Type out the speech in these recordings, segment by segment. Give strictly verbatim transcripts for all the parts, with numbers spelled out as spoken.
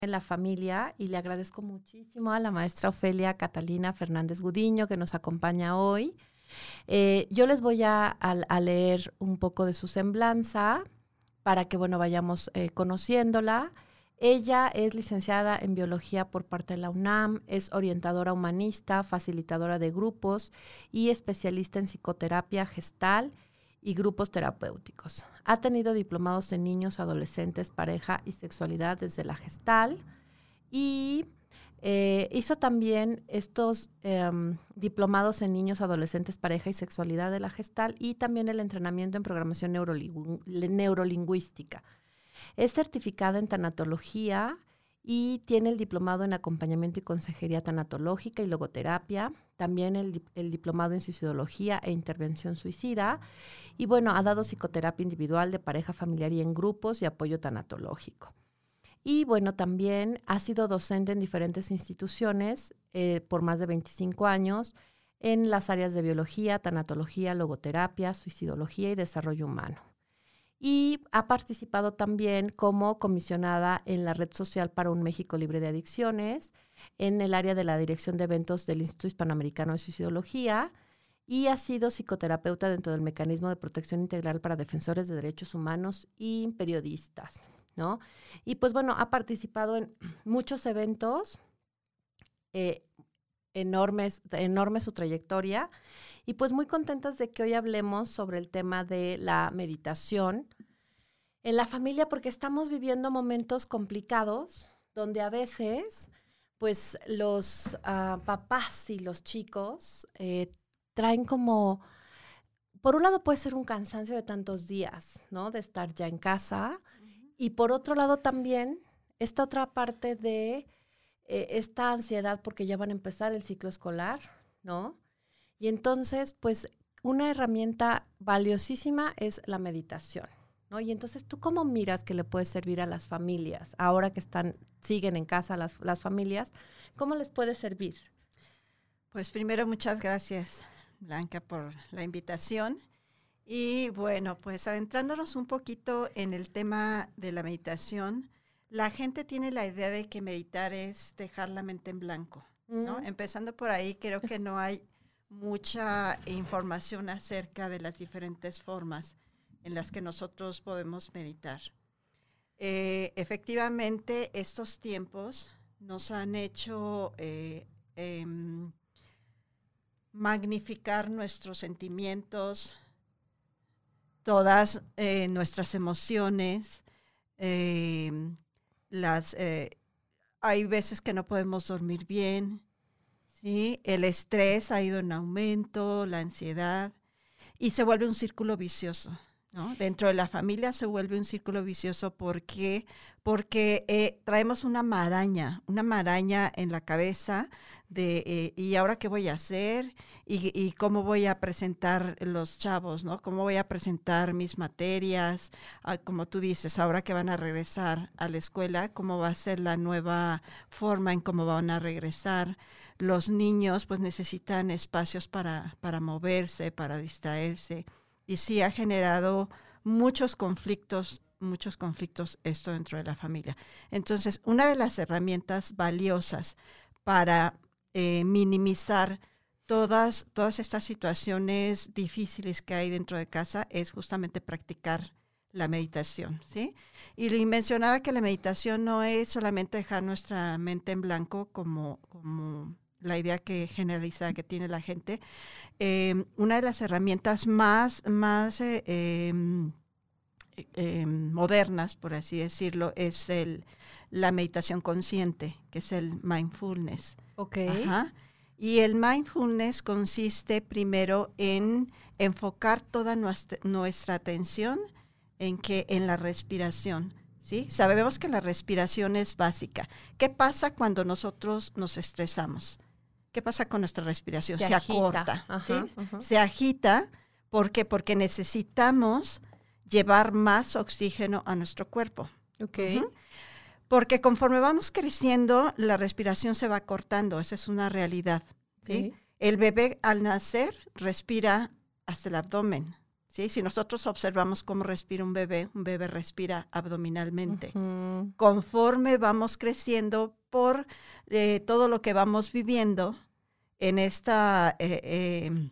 en la familia y le agradezco muchísimo a la maestra Ofelia Catalina Fernández Gudiño que nos acompaña hoy. Eh, yo les voy a, a, a leer un poco de su semblanza para que, bueno, vayamos eh, conociéndola. Ella es licenciada en Biología por parte de la UNAM, es orientadora humanista, facilitadora de grupos y especialista en psicoterapia gestal y grupos terapéuticos. Ha tenido diplomados en niños, adolescentes, pareja y sexualidad desde la gestal y eh, hizo también estos eh, diplomados en niños, adolescentes, pareja y sexualidad de la gestal y también el entrenamiento en programación neurolingu- neurolingüística. Es certificada en tanatología y tiene el diplomado en acompañamiento y consejería tanatológica y logoterapia, también el, el diplomado en suicidología e intervención suicida. Y bueno, ha dado psicoterapia individual, de pareja, familiar y en grupos y apoyo tanatológico. Y bueno, también ha sido docente en diferentes instituciones eh, por más de veinticinco años en las áreas de biología, tanatología, logoterapia, suicidología y desarrollo humano. Y ha participado también como comisionada en la Red Social para un México Libre de Adicciones, en el área de la dirección de eventos del Instituto Hispanoamericano de Suicidología, y ha sido psicoterapeuta dentro del Mecanismo de Protección Integral para Defensores de Derechos Humanos y periodistas, ¿no? Y pues bueno, ha participado en muchos eventos, eh, enormes, enorme su trayectoria, y pues muy contentas de que hoy hablemos sobre el tema de la meditación en la familia, porque estamos viviendo momentos complicados donde a veces pues los uh, papás y los chicos eh, traen como, por un lado puede ser un cansancio de tantos días, ¿no? De estar ya en casa, uh-huh. Y por otro lado también esta otra parte de eh, esta ansiedad porque ya van a empezar el ciclo escolar, ¿no? Y entonces, pues, una herramienta valiosísima es la meditación, ¿no? Y entonces, ¿tú cómo miras que le puede servir a las familias? Ahora que están, siguen en casa las, las familias, ¿cómo les puede servir? Pues primero, muchas gracias, Blanca, por la invitación. Y bueno, pues adentrándonos un poquito en el tema de la meditación, la gente tiene la idea de que meditar es dejar la mente en blanco, ¿no? Mm. Empezando por ahí, creo que no hay mucha información acerca de las diferentes formas en las que nosotros podemos meditar. Eh, efectivamente, estos tiempos nos han hecho eh, eh, magnificar nuestros sentimientos, todas eh, nuestras emociones. Eh, las, eh, hay veces que no podemos dormir bien. ¿Sí? El estrés ha ido en aumento, la ansiedad, y se vuelve un círculo vicioso, ¿no? Dentro de la familia se vuelve un círculo vicioso. ¿Por qué? Porque eh, traemos una maraña, una maraña en la cabeza de eh, ¿y ahora qué voy a hacer? Y, y cómo voy a presentar los chavos, ¿no? ¿Cómo voy a presentar mis materias? Ah, como tú dices, ahora que van a regresar a la escuela, ¿cómo va a ser la nueva forma en cómo van a regresar? Los niños pues necesitan espacios para, para moverse, para distraerse, y sí ha generado muchos conflictos, muchos conflictos esto dentro de la familia. Entonces, una de las herramientas valiosas para eh, minimizar todas, todas estas situaciones difíciles que hay dentro de casa es justamente practicar la meditación, ¿sí? Y mencionaba que la meditación no es solamente dejar nuestra mente en blanco como, como la idea que generalizada que tiene la gente. Eh, una de las herramientas más, más eh, eh, eh, modernas, por así decirlo, es el, la meditación consciente, que es el mindfulness. Okay. Ajá. Y el mindfulness consiste primero en enfocar toda nuestra, nuestra atención en, que, en la respiración. ¿Sí? Sabemos que la respiración es básica. ¿Qué pasa cuando nosotros nos estresamos? ¿Qué pasa con nuestra respiración? Se, Se acorta, ajá, ¿sí? Ajá. Se agita. ¿Por qué? Porque necesitamos llevar más oxígeno a nuestro cuerpo. Okay. Uh-huh. Porque conforme vamos creciendo, la respiración se va cortando. Esa es una realidad, ¿sí? Sí. El bebé al nacer respira hasta el abdomen, ¿sí? Si nosotros observamos cómo respira un bebé, un bebé respira abdominalmente. Uh-huh. Conforme vamos creciendo por eh, todo lo que vamos viviendo en esta, eh, eh,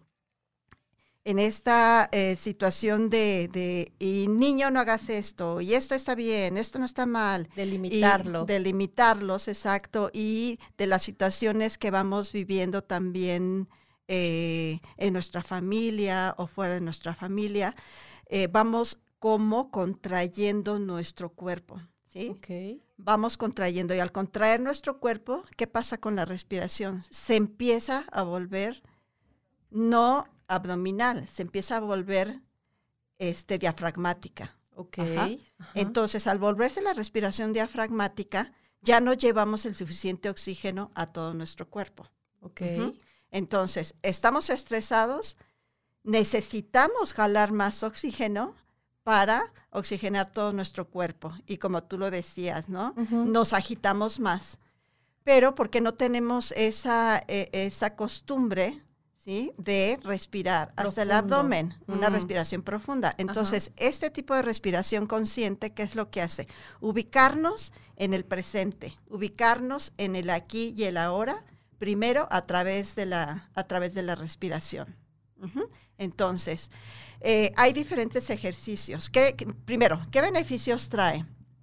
en esta eh, situación de, de, y niño no hagas esto, y esto está bien, esto no está mal. Delimitarlo. Y delimitarlos, exacto, y de las situaciones que vamos viviendo también eh, en nuestra familia o fuera de nuestra familia, eh, vamos como contrayendo nuestro cuerpo, ¿sí? Okay. Vamos contrayendo, y al contraer nuestro cuerpo, ¿qué pasa con la respiración? Se empieza a volver no abdominal, se empieza a volver este, diafragmática. Okay. Ajá. Ajá. Entonces, al volverse la respiración diafragmática, ya no llevamos el suficiente oxígeno a todo nuestro cuerpo. Okay. Uh-huh. Entonces, estamos estresados, necesitamos jalar más oxígeno para oxigenar todo nuestro cuerpo. Y como tú lo decías, ¿no? Uh-huh. Nos agitamos más. Pero porque no tenemos esa, eh, esa costumbre, ¿sí? De respirar Profundo. Hasta el abdomen, una mm. respiración profunda. Entonces, Ajá. este tipo de respiración consciente, ¿qué es lo que hace? Ubicarnos en el presente, ubicarnos en el aquí y el ahora, primero a través de la, a través de la respiración. Uh-huh. Entonces, eh, hay diferentes ejercicios. ¿Qué, qué, primero, ¿qué beneficios trae?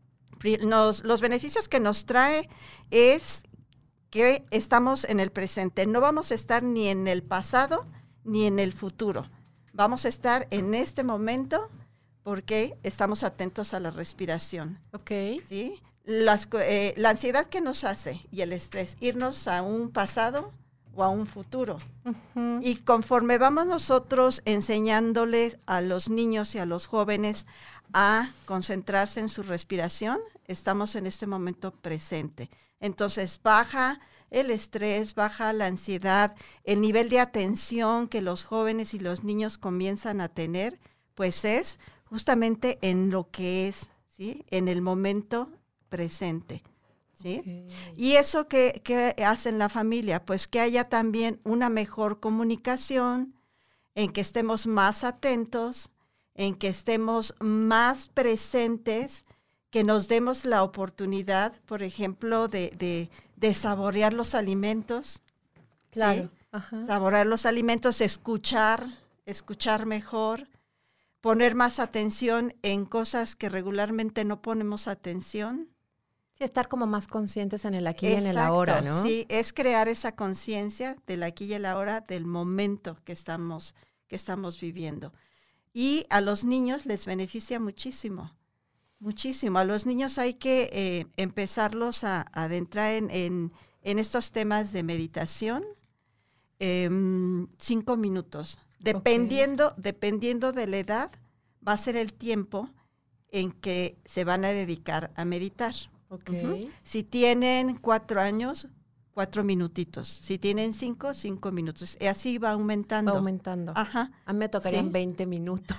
Nos, los beneficios que nos trae es que estamos en el presente. No vamos a estar ni en el pasado ni en el futuro. Vamos a estar en este momento porque estamos atentos a la respiración. Okay. ¿Sí? Las, eh, la ansiedad que nos hace y el estrés, irnos a un pasado o a un futuro. Uh-huh. Y conforme vamos nosotros enseñándoles a los niños y a los jóvenes a concentrarse en su respiración, estamos en este momento presente. Entonces baja el estrés, baja la ansiedad, el nivel de atención que los jóvenes y los niños comienzan a tener, pues es justamente en lo que es, ¿sí? En el momento presente, ¿sí? Okay. ¿Y eso qué, qué hace en la familia? Pues que haya también una mejor comunicación, en que estemos más atentos, en que estemos más presentes, que nos demos la oportunidad, por ejemplo, de, de, de saborear los alimentos. Claro. ¿Sí? Ajá. Saborear los alimentos, escuchar, escuchar mejor, poner más atención en cosas que regularmente no ponemos atención. Sí, estar como más conscientes en el aquí Exacto, y en el ahora, ¿no? Sí, es crear esa conciencia del aquí y el ahora, del momento que estamos, que estamos viviendo. Y a los niños les beneficia muchísimo. Muchísimo. A los niños hay que eh, empezarlos a, a adentrar en, en, en estos temas de meditación, eh, cinco minutos. Dependiendo, okay. dependiendo de la edad, va a ser el tiempo en que se van a dedicar a meditar. Okay. Uh-huh. Si tienen cuatro años, cuatro minutitos. Si tienen cinco, cinco minutos. Y así va aumentando. Va aumentando. Ajá. A mí me tocarían ¿Sí? veinte minutos.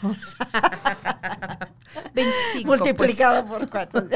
veinticinco. Multiplicado pues. por cuatro.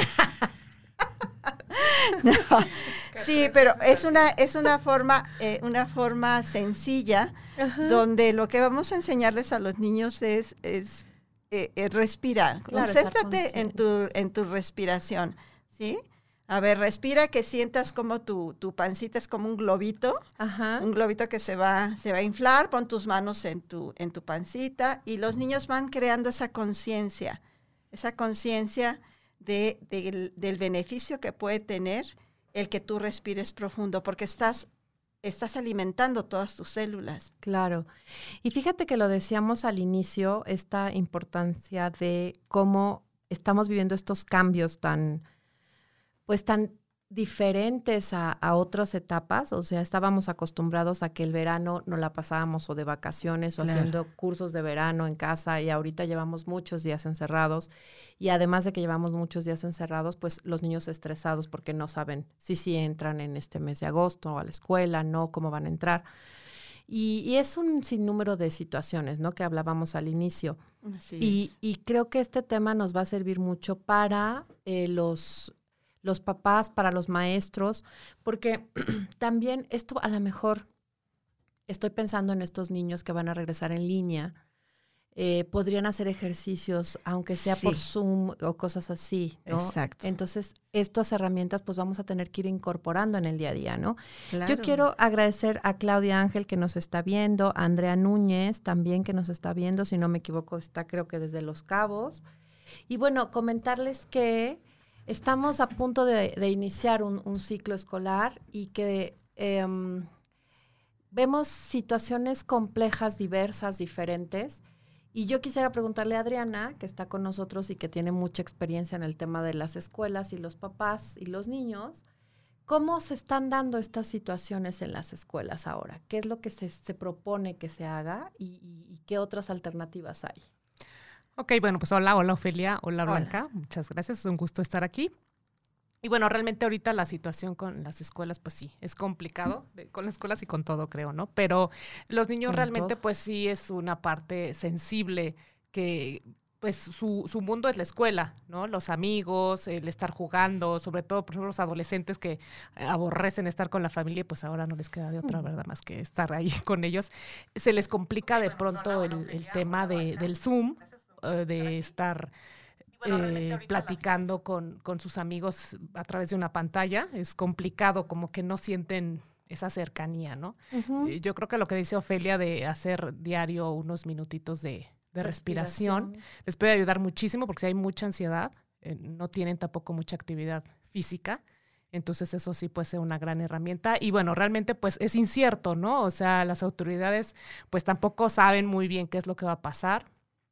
No. Sí, pero es una, es una forma, eh, una forma sencilla, Ajá. donde lo que vamos a enseñarles a los niños es, es eh, eh, respirar. Claro, concéntrate en tu, en tu respiración, ¿sí? A ver, respira, que sientas como tu, tu pancita es como un globito, Ajá. un globito que se va, se va a inflar, pon tus manos en tu, en tu pancita, y los niños van creando esa conciencia, esa conciencia de, de, del beneficio que puede tener el que tú respires profundo, porque estás, estás alimentando todas tus células. Claro. Y fíjate que lo decíamos al inicio, esta importancia de cómo estamos viviendo estos cambios tan... pues tan diferentes a, a otras etapas, o sea, estábamos acostumbrados a que el verano no la pasábamos o de vacaciones o claro. haciendo cursos de verano en casa, y ahorita llevamos muchos días encerrados, y además de que llevamos muchos días encerrados, pues los niños estresados porque no saben si sí entran en este mes de agosto a la escuela, no, cómo van a entrar. Y, y es un sinnúmero de situaciones, ¿no?, que hablábamos al inicio. Así y, es. y creo que este tema nos va a servir mucho para eh, los... los papás, para los maestros, porque también esto a lo mejor, estoy pensando en estos niños que van a regresar en línea, eh, podrían hacer ejercicios, aunque sea Sí. por Zoom o cosas así, ¿no? Exacto. Entonces, estas herramientas pues vamos a tener que ir incorporando en el día a día, ¿no? Claro. Yo quiero agradecer a Claudia Ángel que nos está viendo, a Andrea Núñez también que nos está viendo, si no me equivoco está creo que desde Los Cabos. Y bueno, comentarles que estamos a punto de, de iniciar un, un ciclo escolar y que eh, vemos situaciones complejas, diversas, diferentes. Y yo quisiera preguntarle a Adriana, que está con nosotros y que tiene mucha experiencia en el tema de las escuelas y los papás y los niños, ¿cómo se están dando estas situaciones en las escuelas ahora? ¿Qué es lo que se, se propone que se haga y, y, y qué otras alternativas hay? Ok, bueno, pues hola, hola Ofelia, hola Blanca, Hola. muchas gracias, es un gusto estar aquí. Y bueno, realmente ahorita la situación con las escuelas, pues sí, es complicado, de, con las escuelas y con todo creo, ¿no? Pero los niños Con realmente todo. pues sí es una parte sensible que pues su, su mundo es la escuela, ¿no? Los amigos, el estar jugando, sobre todo por ejemplo los adolescentes que aborrecen estar con la familia, pues ahora no les queda de otra, ¿verdad? Más que estar ahí con ellos. Se les complica de pronto el, el tema de, del Zoom, uh, de estar Eh, platicando con, con sus amigos a través de una pantalla, es complicado, como que no sienten esa cercanía, ¿no? Uh-huh. Eh, Yo creo que lo que dice Ofelia de hacer diario unos minutitos de, de respiración. respiración les puede ayudar muchísimo porque si hay mucha ansiedad, eh, no tienen tampoco mucha actividad física, entonces eso sí puede ser una gran herramienta y bueno, realmente pues es incierto, ¿no? O sea, las autoridades pues tampoco saben muy bien qué es lo que va a pasar.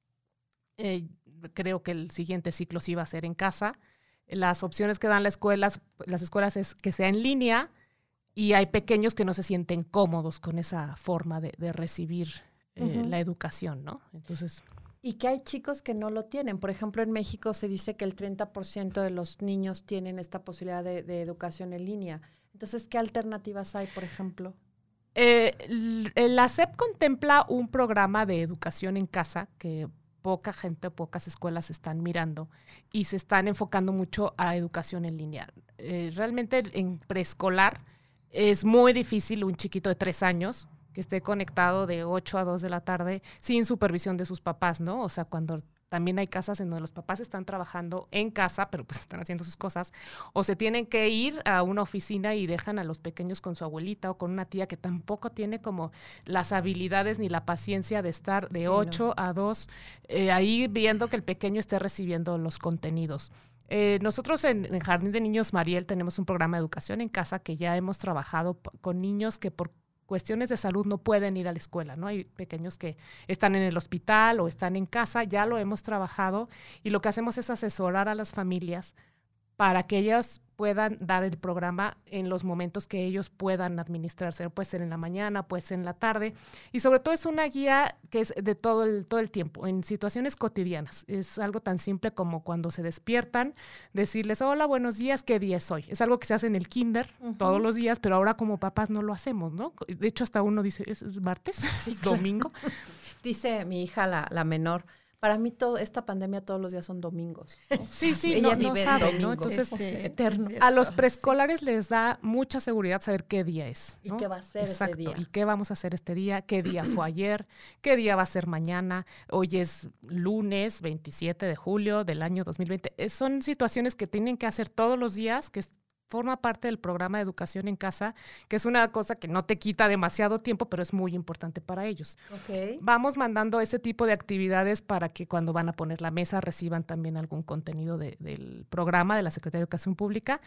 Eh, creo que el siguiente ciclo sí va a ser en casa. Las opciones que dan las escuelas, las escuelas es que sea en línea y hay pequeños que no se sienten cómodos con esa forma de, de recibir eh, uh-huh. la educación, ¿no? Entonces... Y que hay chicos que no lo tienen. Por ejemplo, en México se dice que el treinta por ciento de los niños tienen esta posibilidad de, de educación en línea. Entonces, ¿qué alternativas hay, por ejemplo? Eh, la S E P contempla un programa de educación en casa que poca gente, pocas escuelas están mirando y se están enfocando mucho a educación en línea. Eh, realmente en preescolar es muy difícil un chiquito de tres años que esté conectado de ocho a dos de la tarde sin supervisión de sus papás, ¿no? O sea, cuando también hay casas en donde los papás están trabajando en casa, pero pues están haciendo sus cosas, o se tienen que ir a una oficina y dejan a los pequeños con su abuelita o con una tía que tampoco tiene como las habilidades ni la paciencia de estar de sí, ocho no. a dos, eh, ahí viendo que el pequeño esté recibiendo los contenidos. Eh, nosotros en, en Jardín de Niños Mariel tenemos un programa de educación en casa que ya hemos trabajado p- con niños que por cuestiones de salud no pueden ir a la escuela, ¿no? Hay pequeños que están en el hospital o están en casa, ya lo hemos trabajado y lo que hacemos es asesorar a las familias para que ellas puedan dar el programa en los momentos que ellos puedan administrarse. Puede ser en la mañana, puede ser en la tarde. Y sobre todo es una guía que es de todo el, todo el tiempo, en situaciones cotidianas. Es algo tan simple como cuando se despiertan, decirles, hola, buenos días, ¿qué día es hoy? Es algo que se hace en el kinder uh-huh. todos los días, pero ahora como papás no lo hacemos, ¿no? De hecho, hasta uno dice, ¿es martes? Sí, ¿es domingo? Dice mi hija, la, la menor, para mí todo, esta pandemia todos los días son domingos, ¿no? Sí, sí, ella no, no saben, ¿no? Entonces, es, eh, eterno. A los preescolares sí. les da mucha seguridad saber qué día es, ¿no? Y qué va a ser Exacto. ese día. Y qué vamos a hacer este día, qué día fue ayer, qué día va a ser mañana. Hoy es lunes veintisiete de julio del año dos mil veinte. Son situaciones que tienen que hacer todos los días, que forma parte del programa de educación en casa, que es una cosa que no te quita demasiado tiempo, pero es muy importante para ellos. Okay. Vamos mandando ese tipo de actividades para que cuando van a poner la mesa reciban también algún contenido de, del programa de la Secretaría de Educación Pública.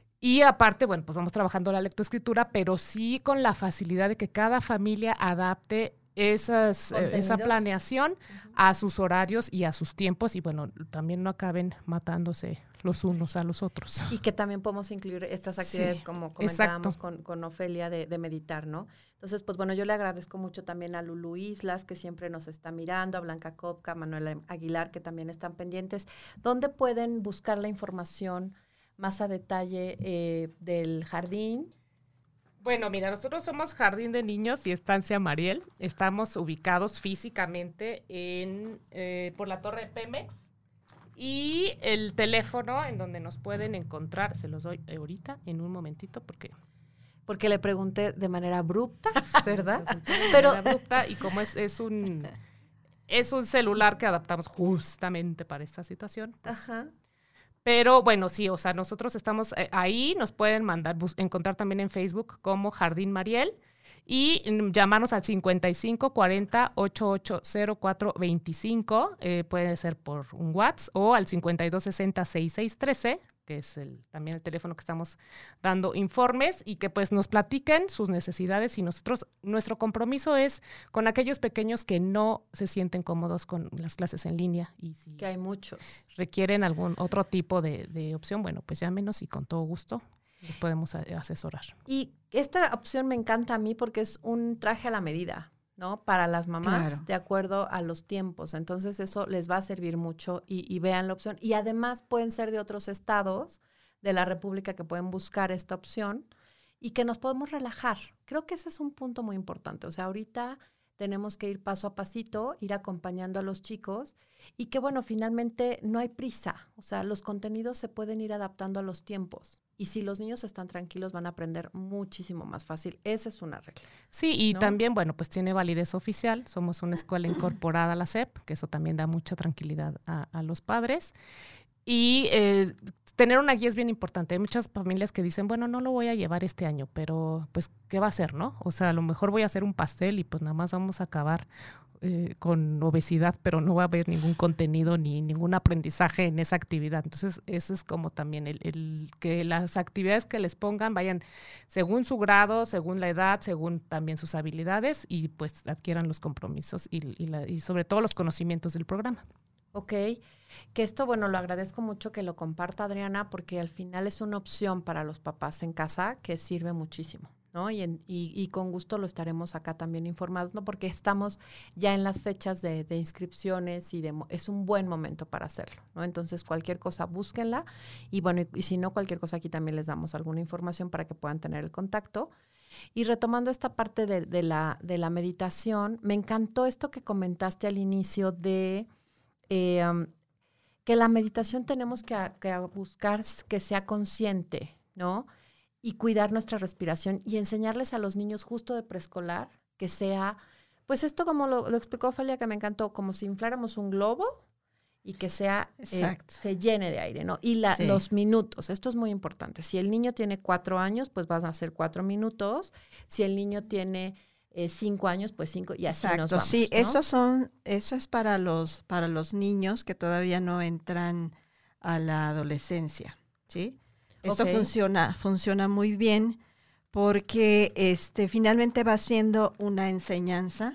Y aparte, bueno, pues vamos trabajando la lectoescritura, pero sí con la facilidad de que cada familia adapte esas, eh, esa planeación uh-huh. a sus horarios y a sus tiempos y bueno, también no acaben matándose los unos a los otros. Y que también podemos incluir estas actividades sí, como comentábamos con, con Ofelia de, de meditar, ¿no? Entonces, pues bueno, yo le agradezco mucho también a Lulu Islas, que siempre nos está mirando, a Blanca Kopka, a Manuela Aguilar, que también están pendientes. ¿Dónde pueden buscar la información más a detalle eh, del jardín? Bueno, mira, nosotros somos Jardín de Niños y Estancia Mariel. Estamos ubicados físicamente en eh, por la Torre Pemex. Y el teléfono en donde nos pueden encontrar, se los doy ahorita en un momentito porque... Porque le pregunté de manera abrupta, ¿verdad? Pero de manera abrupta y como es, es un... Es un celular que adaptamos justamente para esta situación. Pues. Ajá. Pero bueno, sí, o sea, nosotros estamos eh, ahí, nos pueden mandar, bus- encontrar también en Facebook como Jardín Mariel y mm, llamarnos al cincuenta y cinco cuarenta ochenta y ocho cero cuatro veinticinco, eh, puede ser por un WhatsApp o al cincuenta y dos sesenta sesenta y seis trece, que es el, también el teléfono que estamos dando informes y que pues nos platiquen sus necesidades y nosotros, nuestro compromiso es con aquellos pequeños que no se sienten cómodos con las clases en línea y si Que hay muchos. requieren algún otro tipo de, de opción, bueno, pues llámenos y con todo gusto les podemos a- asesorar. Y esta opción me encanta a mí porque es un traje a la medida, ¿no? Para las mamás, Claro. de acuerdo a los tiempos. Entonces eso les va a servir mucho y, y vean la opción. Y además pueden ser de otros estados de la República que pueden buscar esta opción y que nos podemos relajar. Creo que ese es un punto muy importante. O sea, ahorita tenemos que ir paso a pasito, ir acompañando a los chicos y que, bueno, finalmente no hay prisa. O sea, los contenidos se pueden ir adaptando a los tiempos. Y si los niños están tranquilos, van a aprender muchísimo más fácil. Esa es una regla. Sí, y ¿No? también, bueno, pues tiene validez oficial. Somos una escuela incorporada a la S E P, que eso también da mucha tranquilidad a, a los padres. Y eh, tener una guía es bien importante. Hay muchas familias que dicen, bueno, no lo voy a llevar este año, pero pues, ¿qué va a hacer, no? O sea, a lo mejor voy a hacer un pastel y pues nada más vamos a acabar eh, con obesidad, pero no va a haber ningún contenido ni ningún aprendizaje en esa actividad. Entonces, eso es como también el, el que las actividades que les pongan vayan según su grado, según la edad, según también sus habilidades y pues adquieran los compromisos y, y, la, y sobre todo los conocimientos del programa. Ok, que esto, bueno, lo agradezco mucho que lo comparta Adriana porque al final es una opción para los papás en casa que sirve muchísimo, ¿no? Y, en, y, y con gusto lo estaremos acá también informando, ¿no? Porque estamos ya en las fechas de, de inscripciones y de, es un buen momento para hacerlo, ¿no? Entonces, cualquier cosa, búsquenla y bueno, y, y si no, cualquier cosa aquí también les damos alguna información para que puedan tener el contacto. Y retomando esta parte de, de, la, de la meditación, me encantó esto que comentaste al inicio de... Eh, um, que la meditación tenemos que, a, que a buscar que sea consciente, ¿no? Y cuidar nuestra respiración y enseñarles a los niños justo de preescolar que sea, pues esto como lo, lo explicó Ofelia, que me encantó, como si infláramos un globo y que sea, eh, se llene de aire, ¿no? Y la, sí. los minutos, esto es muy importante. Si el niño tiene cuatro años, pues van a ser cuatro minutos. Si el niño tiene... Eh, cinco años, pues cinco, y así Exacto, nos vamos, sí, ¿no? esos son, eso es para los, para los niños que todavía no entran a la adolescencia, ¿sí? Esto okay. funciona, funciona muy bien porque este, finalmente va siendo una enseñanza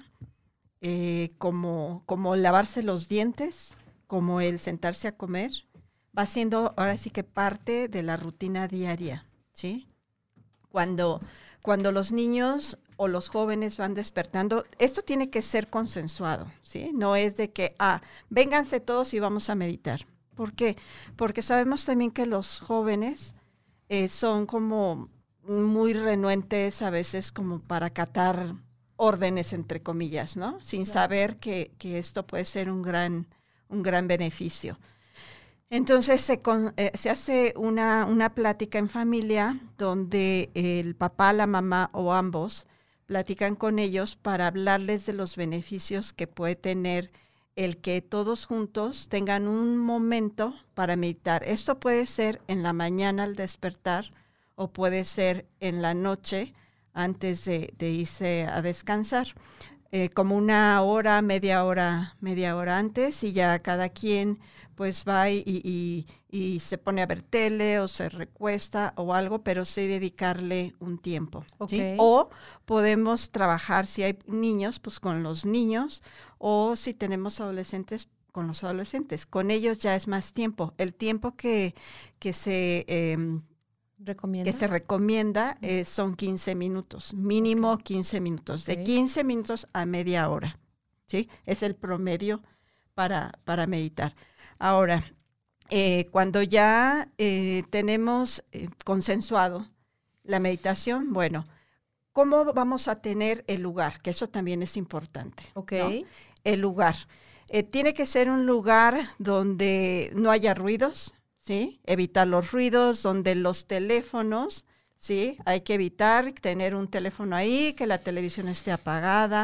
eh, como, como lavarse los dientes, como el sentarse a comer, va siendo ahora sí que parte de la rutina diaria, ¿sí? Cuando, cuando los niños o los jóvenes van despertando, esto tiene que ser consensuado, ¿sí? No es de que, ah, vénganse todos y vamos a meditar. ¿Por qué? Porque sabemos también que los jóvenes eh, son como muy renuentes a veces como para acatar órdenes, entre comillas, ¿no? Sin claro. saber que, que esto puede ser un gran, un gran beneficio. Entonces se, con, eh, se hace una, una plática en familia donde el papá, la mamá o ambos platican con ellos para hablarles de los beneficios que puede tener el que todos juntos tengan un momento para meditar. Esto puede ser en la mañana al despertar o puede ser en la noche antes de, de irse a descansar, eh, como una hora, media hora, media hora antes y ya cada quien pues va y, y, y se pone a ver tele o se recuesta o algo, pero sí dedicarle un tiempo. Okay. ¿Sí? O podemos trabajar, si hay niños, pues con los niños, o si tenemos adolescentes, con los adolescentes. Con ellos ya es más tiempo. El tiempo que, que, se, eh, ¿Recomienda? que se recomienda eh, son quince minutos, mínimo okay. quince minutos, okay. de quince minutos a media hora. ¿Sí? Es el promedio para, para meditar. Ahora, eh, cuando ya eh, tenemos eh, consensuado la meditación, bueno, ¿cómo vamos a tener el lugar? Que eso también es importante. Okay. ¿No? El lugar. Eh, tiene que ser un lugar donde no haya ruidos, ¿sí? Evitar los ruidos, donde los teléfonos, ¿sí? Hay que evitar tener un teléfono ahí, que la televisión esté apagada.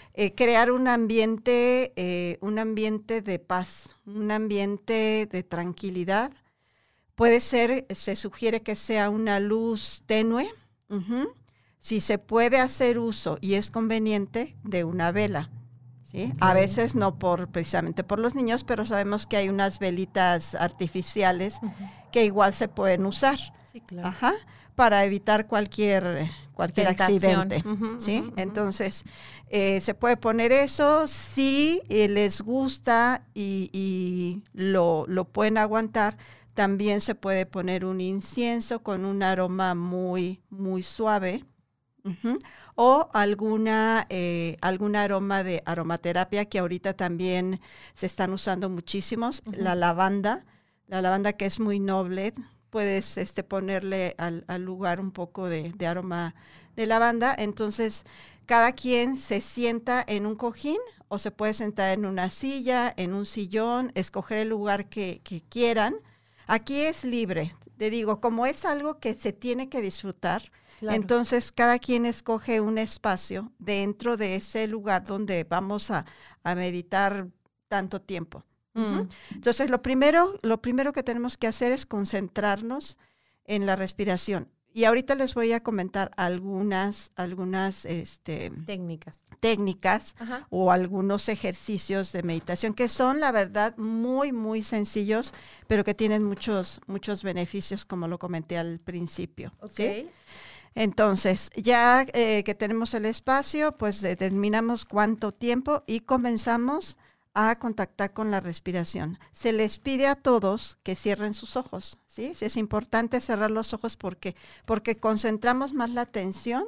eh, crear un ambiente, eh, un ambiente de paz, un ambiente de tranquilidad. Puede ser, se sugiere que sea una luz tenue. Uh-huh. Si se puede hacer uso y es conveniente, de una vela. ¿Sí? Okay. A veces no por precisamente por los niños, pero sabemos que hay unas velitas artificiales uh-huh. que igual se pueden usar. Sí, claro. Ajá, para evitar cualquier, cualquier accidente. Uh-huh, ¿sí? uh-huh. Entonces, eh, se puede poner eso si eh, les gusta y, y lo, lo pueden aguantar. También se puede poner un incienso con un aroma muy, muy suave. Uh-huh. O alguna, eh, algún aroma de aromaterapia que ahorita también se están usando muchísimos. Uh-huh. La lavanda, la lavanda que es muy noble. Puedes este, ponerle al, al lugar un poco de, de aroma de lavanda. Entonces, cada quien se sienta en un cojín o se puede sentar en una silla, en un sillón, escoger el lugar que, que quieran. Aquí es libre. Te digo, como es algo que se tiene que disfrutar, claro. Entonces cada quien escoge un espacio dentro de ese lugar donde vamos a, a meditar tanto tiempo. Uh-huh. Entonces, lo primero, lo primero que tenemos que hacer es concentrarnos en la respiración. Y ahorita les voy a comentar algunas, algunas este, técnicas, técnicas o algunos ejercicios de meditación que son, la verdad, muy, muy sencillos, pero que tienen muchos, muchos beneficios, como lo comenté al principio. Okay. ¿Sí? Entonces, ya eh, que tenemos el espacio, pues determinamos cuánto tiempo y comenzamos a contactar con la respiración. Se les pide a todos que cierren sus ojos, ¿sí? Es importante cerrar los ojos porque, porque concentramos más la atención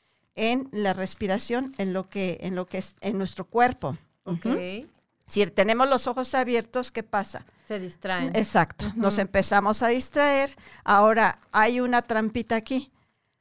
en la respiración, en lo que, en lo que es en nuestro cuerpo. Okay. Uh-huh. Si tenemos los ojos abiertos, ¿qué pasa? Se distraen. Exacto, uh-huh. Nos empezamos a distraer. Ahora, hay una trampita aquí.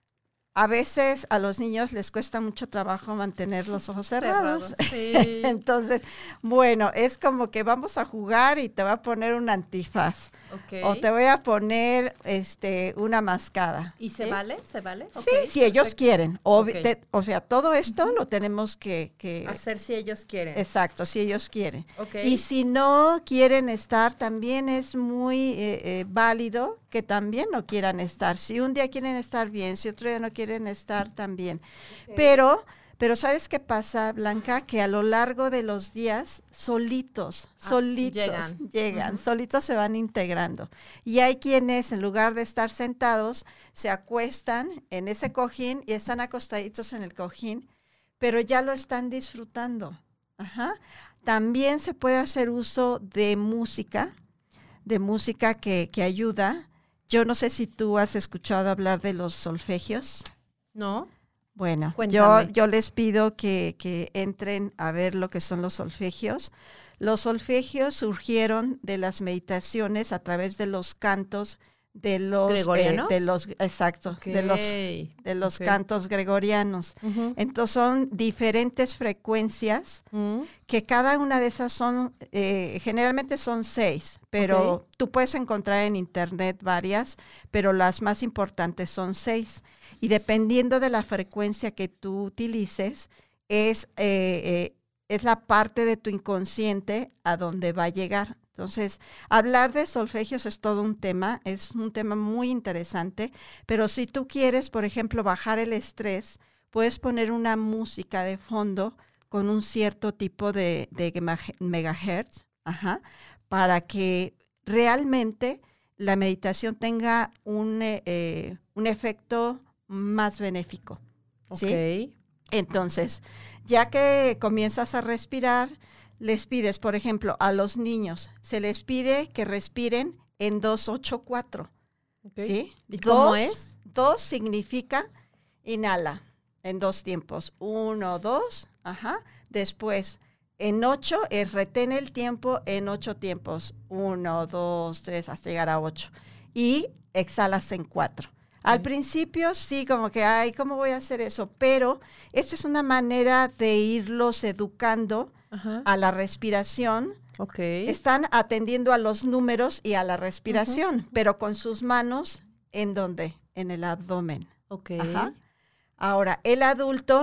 A veces a los niños les cuesta mucho trabajo mantener los ojos cerrados. Cerrado, sí. Entonces, bueno, es como que vamos a jugar y te voy a poner un antifaz. Okay. O te voy a poner este una mascada. ¿Y se ¿sí? vale? ¿Se vale? Sí, Okay, si perfecto. ellos quieren. O, Okay. te, o sea, todo esto uh-huh. lo tenemos que, que... hacer si ellos quieren. Exacto, si ellos quieren. Okay. Y si no quieren estar, también es muy eh, eh, válido que también no quieran estar. Si un día quieren estar bien, si otro día no quieren estar también. Okay. Pero, pero ¿sabes qué pasa, Blanca? Que a lo largo de los días, solitos, ah, solitos llegan, llegan uh-huh. solitos se van integrando. Y hay quienes, en lugar de estar sentados, se acuestan en ese cojín y están acostaditos en el cojín, pero ya lo están disfrutando. Ajá. También se puede hacer uso de música, de música que, que ayuda. Yo no sé si tú has escuchado hablar de los solfegios. No. Bueno, yo, yo les pido que, que entren a ver lo que son los solfegios. Los solfegios surgieron de las meditaciones a través de los cantos de los gregorianos, eh, de los exacto, okay. de los de los okay. cantos gregorianos. Uh-huh. Entonces son diferentes frecuencias uh-huh. que cada una de esas son eh, generalmente son seis, pero okay. tú puedes encontrar en internet varias, pero las más importantes son seis. Y dependiendo de la frecuencia que tú utilices, es, eh, eh, es la parte de tu inconsciente a donde va a llegar. Entonces, hablar de solfegios es todo un tema, es un tema muy interesante, pero si tú quieres, por ejemplo, bajar el estrés, puedes poner una música de fondo con un cierto tipo de, de megahertz, ajá, para que realmente la meditación tenga un, eh, un efecto más benéfico. ¿Sí? Okay. Entonces, ya que comienzas a respirar, les pides, por ejemplo, a los niños, se les pide que respiren en dos ocho cuatro. Okay. ¿Sí? ¿Y dos, cómo es? dos significa inhala en dos tiempos. Uno, dos, ajá. Después, en ocho es retén el tiempo en ocho tiempos. Uno, dos, tres, hasta llegar a ocho. Y exhalas en cuatro. Al principio sí, como que, ay, ¿cómo voy a hacer eso? Pero esta es una manera de irlos educando Ajá. a la respiración. Okay. Están atendiendo a los números y a la respiración, uh-huh. pero con sus manos, ¿en dónde? En el abdomen. Okay. Ajá. Ahora, el adulto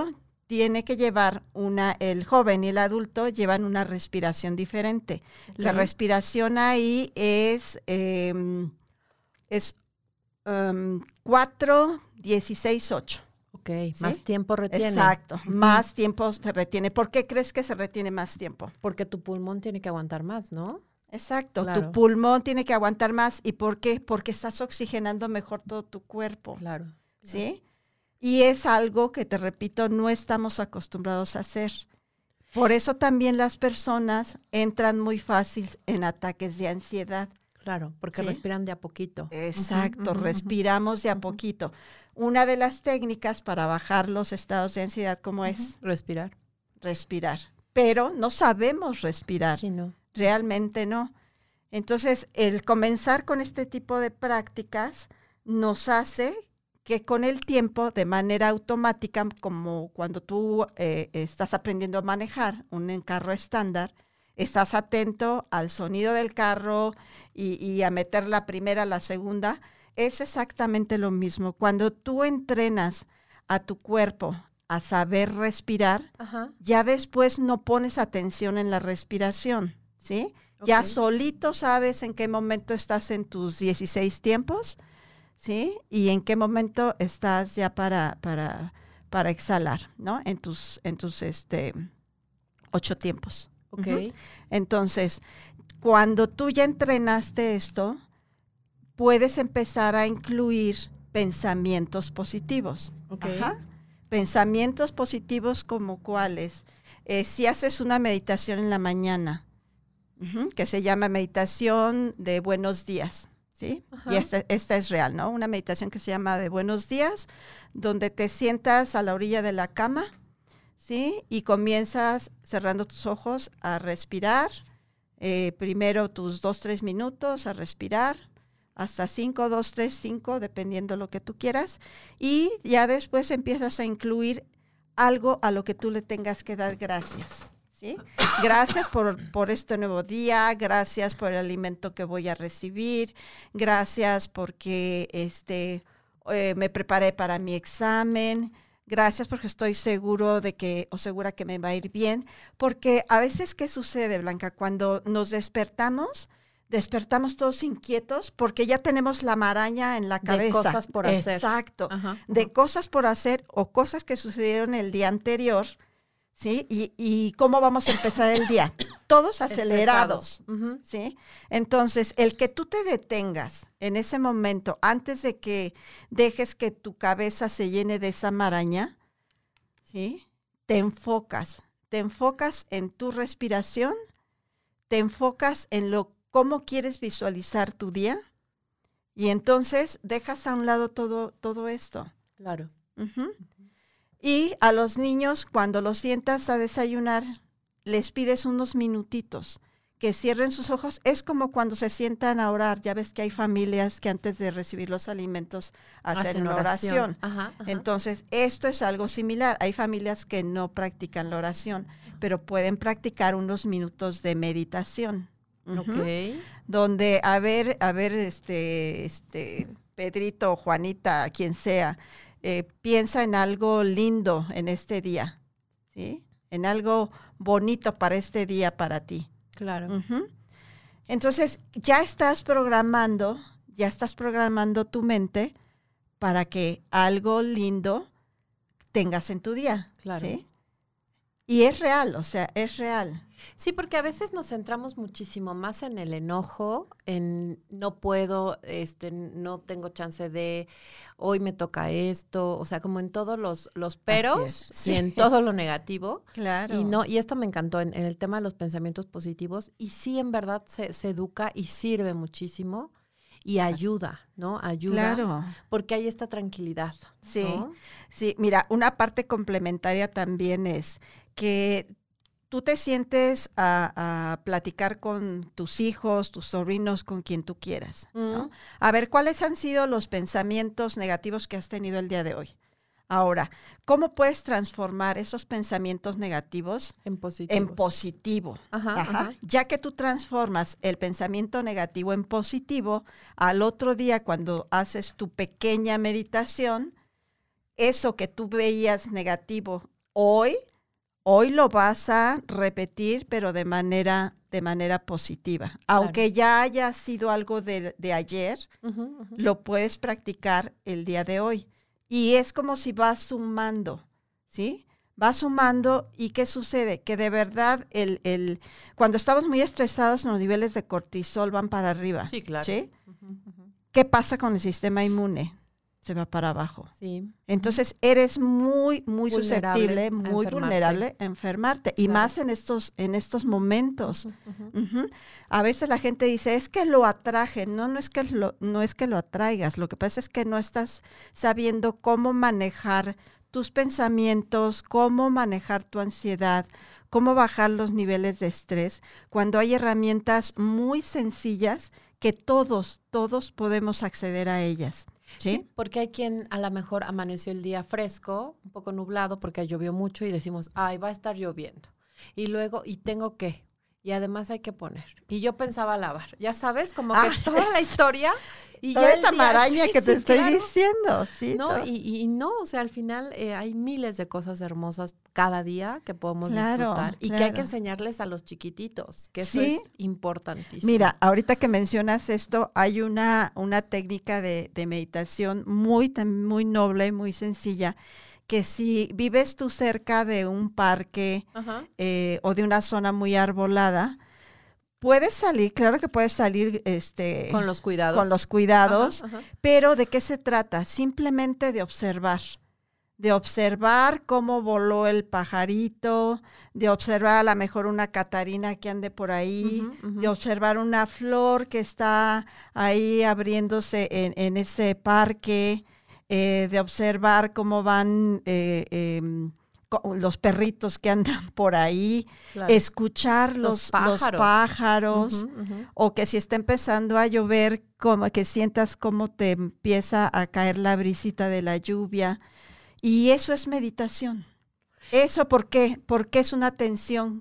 tiene que llevar una, el joven y el adulto llevan una respiración diferente. Okay. La respiración ahí es, eh, es um, cuatro, dieciséis, ocho. Ok, ¿sí? Más tiempo retiene. Exacto, uh-huh. Más tiempo se retiene. ¿Por qué crees que se retiene más tiempo? Porque tu pulmón tiene que aguantar más, ¿no? Exacto, claro. Tu pulmón tiene que aguantar más. ¿Y por qué? Porque estás oxigenando mejor todo tu cuerpo. Claro. ¿Sí? Y es algo que, te repito, no estamos acostumbrados a hacer. Por eso también las personas entran muy fácil en ataques de ansiedad. Claro, porque ¿sí? respiran de a poquito. Exacto, uh-huh, respiramos uh-huh. de a poquito. Una de las técnicas para bajar los estados de ansiedad, ¿cómo uh-huh. es? Respirar. Respirar. Pero no sabemos respirar. Sí, no. Realmente no. Entonces, el comenzar con este tipo de prácticas nos hace que con el tiempo, de manera automática, como cuando tú eh, estás aprendiendo a manejar un carro estándar, estás atento al sonido del carro y, y a meter la primera, la segunda, es exactamente lo mismo. Cuando tú entrenas a tu cuerpo a saber respirar, ajá. Ya después no pones atención en la respiración, ¿sí? Okay. Ya solito sabes en qué momento estás en tus dieciséis tiempos, ¿sí? Y en qué momento estás ya para, para, para exhalar, ¿no? En tus, en tus este, ocho tiempos. Ok. Uh-huh. Entonces, cuando tú ya entrenaste esto, puedes empezar a incluir pensamientos positivos. Okay. Ajá. Pensamientos positivos como cuáles. Eh, si haces una meditación en la mañana, uh-huh, que se llama meditación de buenos días, ¿sí? Ajá. Y esta, esta es real, ¿no? Una meditación que se llama de buenos días, donde te sientas a la orilla de la cama, ¿sí? Y comienzas cerrando tus ojos a respirar, eh, primero tus dos, tres minutos a respirar, hasta cinco, dos, tres, cinco, dependiendo lo que tú quieras, y ya después empiezas a incluir algo a lo que tú le tengas que dar gracias, ¿sí? Gracias por, por este nuevo día, gracias por el alimento que voy a recibir, gracias porque este, eh, me preparé para mi examen, gracias porque estoy seguro de que, o segura que me va a ir bien, porque a veces, ¿qué sucede, Blanca? Cuando nos despertamos, despertamos todos inquietos porque ya tenemos la maraña en la cabeza. De cosas por hacer. Exacto. Ajá, ajá. De cosas por hacer o cosas que sucedieron el día anterior, ¿sí? Y, y cómo vamos a empezar el día. Todos acelerados, uh-huh. ¿sí? Entonces, el que tú te detengas en ese momento, antes de que dejes que tu cabeza se llene de esa maraña, ¿sí? Te enfocas. Te enfocas en tu respiración, te enfocas en lo cómo quieres visualizar tu día y entonces dejas a un lado todo, todo esto. Claro. Uh-huh. Uh-huh. Y a los niños, cuando los sientas a desayunar, les pides unos minutitos que cierren sus ojos. Es como cuando se sientan a orar. Ya ves que hay familias que antes de recibir los alimentos hacen, hacen una oración. oración. Ajá, ajá. Entonces, esto es algo similar. Hay familias que no practican la oración, pero pueden practicar unos minutos de meditación. Uh-huh. Okay. Donde, a ver, a ver, este, este, Pedrito, Juanita, quien sea, eh, piensa en algo lindo en este día, ¿sí? En algo bonito para este día para ti. Claro. Uh-huh. Entonces, ya estás programando, ya estás programando tu mente para que algo lindo tengas en tu día, claro. ¿sí? Y es real, o sea, es real. Sí, porque a veces nos centramos muchísimo más en el enojo, en no puedo, este, no tengo chance de, hoy me toca esto, o sea, como en todos los, los peros sí. y en todo lo negativo. Claro. Y no, y esto me encantó en, en el tema de los pensamientos positivos, y sí, en verdad se, se educa y sirve muchísimo y ayuda, ¿no? Ayuda. Claro. Porque hay esta tranquilidad. Sí, ¿no? sí. Mira, una parte complementaria también es que tú te sientes a, a platicar con tus hijos, tus sobrinos, con quien tú quieras, ¿no? Mm. A ver, ¿cuáles han sido los pensamientos negativos que has tenido el día de hoy? Ahora, ¿cómo puedes transformar esos pensamientos negativos en positivo? En positivo. Ajá, Ajá. ajá. Ya que tú transformas el pensamiento negativo en positivo, al otro día cuando haces tu pequeña meditación, eso que tú veías negativo hoy, hoy lo vas a repetir, pero de manera, de manera positiva. Claro. Aunque ya haya sido algo de, de ayer, uh-huh, uh-huh. lo puedes practicar el día de hoy. Y es como si vas sumando, ¿sí? Vas sumando, ¿y qué sucede? Que de verdad, el, el, cuando estamos muy estresados, los niveles de cortisol van para arriba. Sí, claro. ¿Sí? Uh-huh, uh-huh. ¿Qué pasa con el sistema inmune? Se va para abajo. Sí. Entonces, eres muy, muy vulnerable susceptible, muy a vulnerable a enfermarte. Y claro. más en estos, en estos momentos. Uh-huh, uh-huh. Uh-huh. A veces la gente dice, es que lo atraje. No, no es que lo, no es que lo atraigas. Lo que pasa es que no estás sabiendo cómo manejar tus pensamientos, cómo manejar tu ansiedad, cómo bajar los niveles de estrés, cuando hay herramientas muy sencillas que todos, todos podemos acceder a ellas. ¿Sí? Sí, porque hay quien a lo mejor amaneció el día fresco, un poco nublado porque llovió mucho y decimos, ay, va a estar lloviendo. Y luego, ¿y tengo qué? Y además hay que poner. Y yo pensaba lavar, ya sabes, como que ah, toda la historia. Y toda esa maraña sí, que te sí, estoy claro. diciendo. Sí, no, y, y no, o sea, al final eh, hay miles de cosas hermosas cada día que podemos claro, disfrutar y claro. que hay que enseñarles a los chiquititos, que eso sí. es importantísimo. Mira, ahorita que mencionas esto, hay una, una técnica de, de meditación muy, muy noble, muy sencilla, que si vives tú cerca de un parque eh, o de una zona muy arbolada, puedes salir, claro que puedes salir este, con los cuidados, con los cuidados ajá, ajá. pero ¿de qué se trata? Simplemente de observar, de observar cómo voló el pajarito, de observar a lo mejor una catarina que ande por ahí, uh-huh, uh-huh. de observar una flor que está ahí abriéndose en, en ese parque, eh, de observar cómo van eh, eh, los perritos que andan por ahí, claro. escuchar los, los pájaros, los pájaros uh-huh, uh-huh. o que si está empezando a llover, como que sientas cómo te empieza a caer la brisita de la lluvia. Y eso es meditación. ¿Eso por qué? Porque es una atención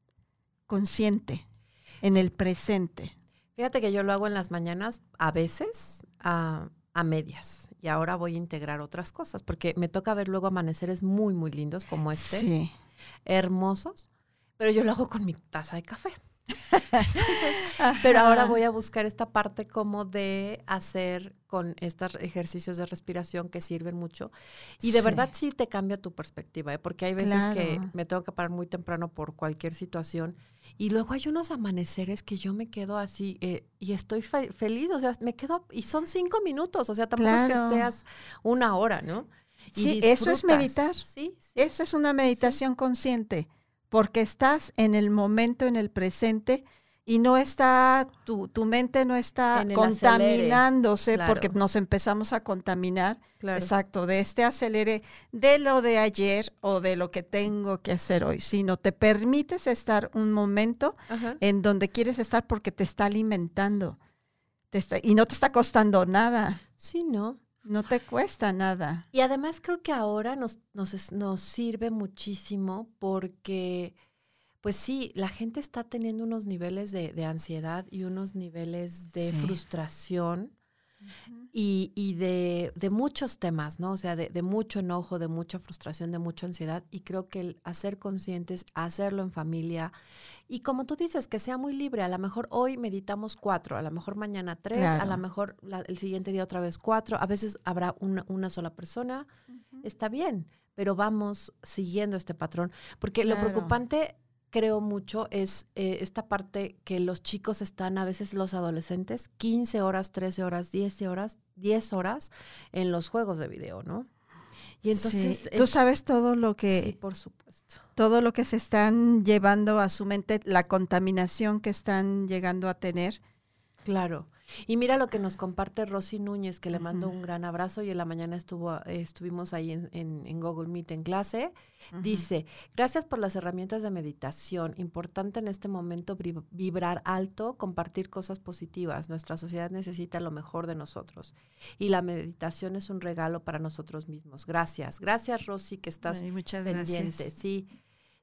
consciente en el presente. Fíjate que yo lo hago en las mañanas, a veces, a, a medias. Y ahora voy a integrar otras cosas, porque me toca ver luego amaneceres muy, muy lindos como este. Sí. Hermosos. Pero yo lo hago con mi taza de café. Entonces, pero ahora voy a buscar esta parte como de hacer con estos ejercicios de respiración que sirven mucho. Y de sí. verdad sí te cambia tu perspectiva, ¿eh? Porque hay veces claro. que me tengo que parar muy temprano por cualquier situación. Y luego hay unos amaneceres que yo me quedo así eh, y estoy fe- feliz, o sea, me quedo, y son cinco minutos, o sea, tampoco claro. es que estés una hora, ¿no? Y sí, eso es meditar. Sí, sí. Eso es una meditación sí. consciente, porque estás en el momento, en el presente, y no está, tu, tu mente no está contaminándose, claro. porque nos empezamos a contaminar, claro. exacto, de este acelere, de lo de ayer o de lo que tengo que hacer hoy, sino te permites estar un momento Ajá. en donde quieres estar porque te está alimentando te está, y no te está costando nada. Sí, ¿no? No te cuesta nada. Y además creo que ahora nos, nos, nos sirve muchísimo porque... Pues sí, la gente está teniendo unos niveles de, de ansiedad y unos niveles de sí. frustración uh-huh. y, y de, de muchos temas, ¿no? O sea, de, de mucho enojo, de mucha frustración, de mucha ansiedad. Y creo que el hacer conscientes, hacerlo en familia y como tú dices, que sea muy libre. A lo mejor hoy meditamos cuatro, a lo mejor mañana tres, claro. a lo mejor la, el siguiente día otra vez cuatro. A veces habrá una, una sola persona. Uh-huh. Está bien, pero vamos siguiendo este patrón. Porque claro. lo preocupante... creo mucho, es eh, esta parte que los chicos están, a veces los adolescentes, quince horas, trece horas, diez horas, diez horas en los juegos de video, ¿no? Y entonces... Sí. Es, tú sabes todo lo que... Sí, por supuesto. Todo lo que se están llevando a su mente, la contaminación que están llegando a tener. Claro. Y mira lo que nos comparte Rosy Núñez, que le mando uh-huh. un gran abrazo y en la mañana estuvo eh, estuvimos ahí en, en, en Google Meet en clase. Uh-huh. Dice, gracias por las herramientas de meditación. Importante en este momento bri- vibrar alto, compartir cosas positivas. Nuestra sociedad necesita lo mejor de nosotros. Y la meditación es un regalo para nosotros mismos. Gracias. Gracias, Rosy, que estás Ay, muchas pendiente. Gracias. Sí.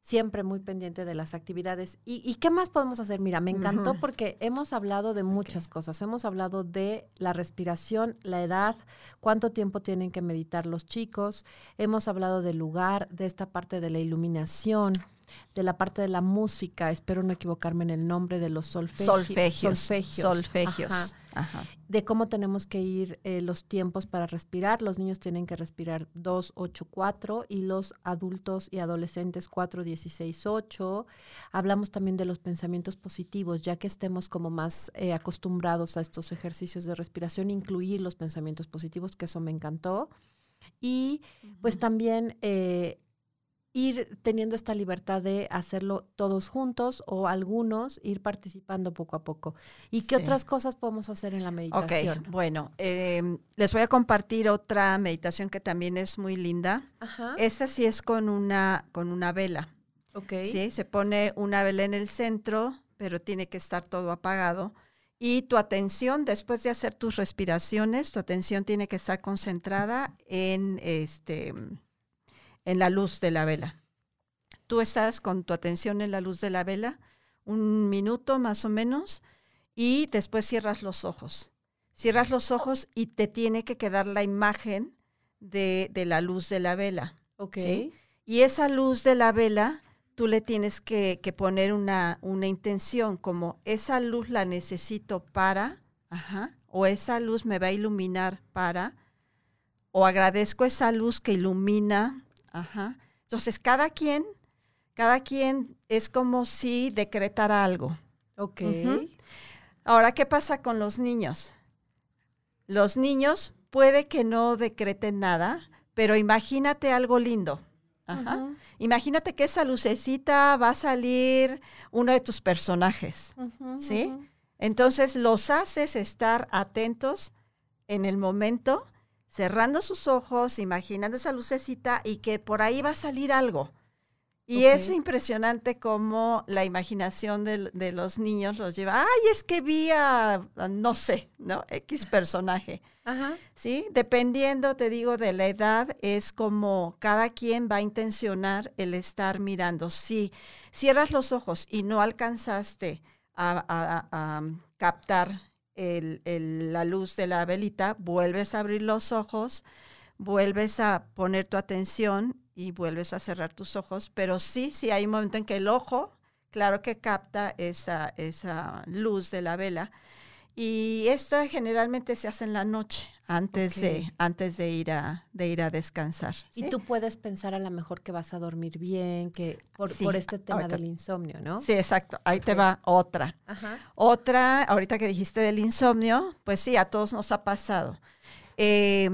siempre muy pendiente de las actividades. ¿Y, y qué más podemos hacer? Mira, me encantó Ujú. porque hemos hablado de muchas Ok. cosas. Hemos hablado de la respiración, la edad, cuánto tiempo tienen que meditar los chicos. Hemos hablado del lugar, de esta parte de la iluminación, de la parte de la música, espero no equivocarme en el nombre, de los solfegi- Solfegios. solfegios. Solfegios. Ajá. Ajá. De cómo tenemos que ir eh, los tiempos para respirar. Los niños tienen que respirar dos, ocho, cuatro y los adultos y adolescentes cuatro, dieciséis, ocho. Hablamos también de los pensamientos positivos, ya que estemos como más eh, acostumbrados a estos ejercicios de respiración, incluir los pensamientos positivos, que eso me encantó. Y pues Ujú. también eh, ir teniendo esta libertad de hacerlo todos juntos o algunos, ir participando poco a poco. ¿Y qué Sí. otras cosas podemos hacer en la Ok, meditación? bueno, eh, les voy a compartir otra meditación que también es muy linda. Ajá. Esta sí es con una, con una vela, Ok. ¿sí? Se pone una vela en el centro, pero tiene que estar todo apagado. Y tu atención, después de hacer tus respiraciones, tu atención tiene que estar concentrada en, este, en la luz de la vela. Tú estás con tu atención en la luz de la vela, un minuto más o menos, y después cierras los ojos. Cierras los ojos y te tiene que quedar la imagen de, de la luz de la vela. Ok. ¿Sí? Y esa luz de la vela, tú le tienes que, que poner una, una intención, como esa luz la necesito para, ajá, o esa luz me va a iluminar para, o agradezco esa luz que ilumina, ajá. Entonces, cada quien, cada quien es como si decretara algo. Ok. Ujú. Ahora, ¿qué pasa con los niños? Los niños puede que no decreten nada, pero imagínate algo lindo. Ajá. Ujú, Imagínate que esa lucecita va a salir uno de tus personajes, ujú, ¿sí? ujú. Entonces los haces estar atentos en el momento, cerrando sus ojos, imaginando esa lucecita y que por ahí va a salir algo. Y Ok. es impresionante cómo la imaginación de, de los niños los lleva. Ay, es que vi a, a no sé, ¿no? X personaje. Ajá. ¿Sí? Dependiendo, te digo, de la edad, es como cada quien va a intencionar el estar mirando. Si cierras los ojos y no alcanzaste a, a- a- a captar el- el- la luz de la velita, vuelves a abrir los ojos, vuelves a poner tu atención y vuelves a cerrar tus ojos. Pero sí, sí hay un momento en que el ojo, claro que capta esa, esa luz de la vela. Y esto generalmente se hace en la noche, antes, Ok. de, antes de, ir a, de ir a descansar. Y ¿sí? tú puedes pensar a lo mejor que vas a dormir bien, que por, Sí, por este tema ahorita- del insomnio, ¿no? Sí, exacto. Ahí te Ok. va otra. Ajá. Otra, ahorita que dijiste del insomnio, pues sí, a todos nos ha pasado. Eh,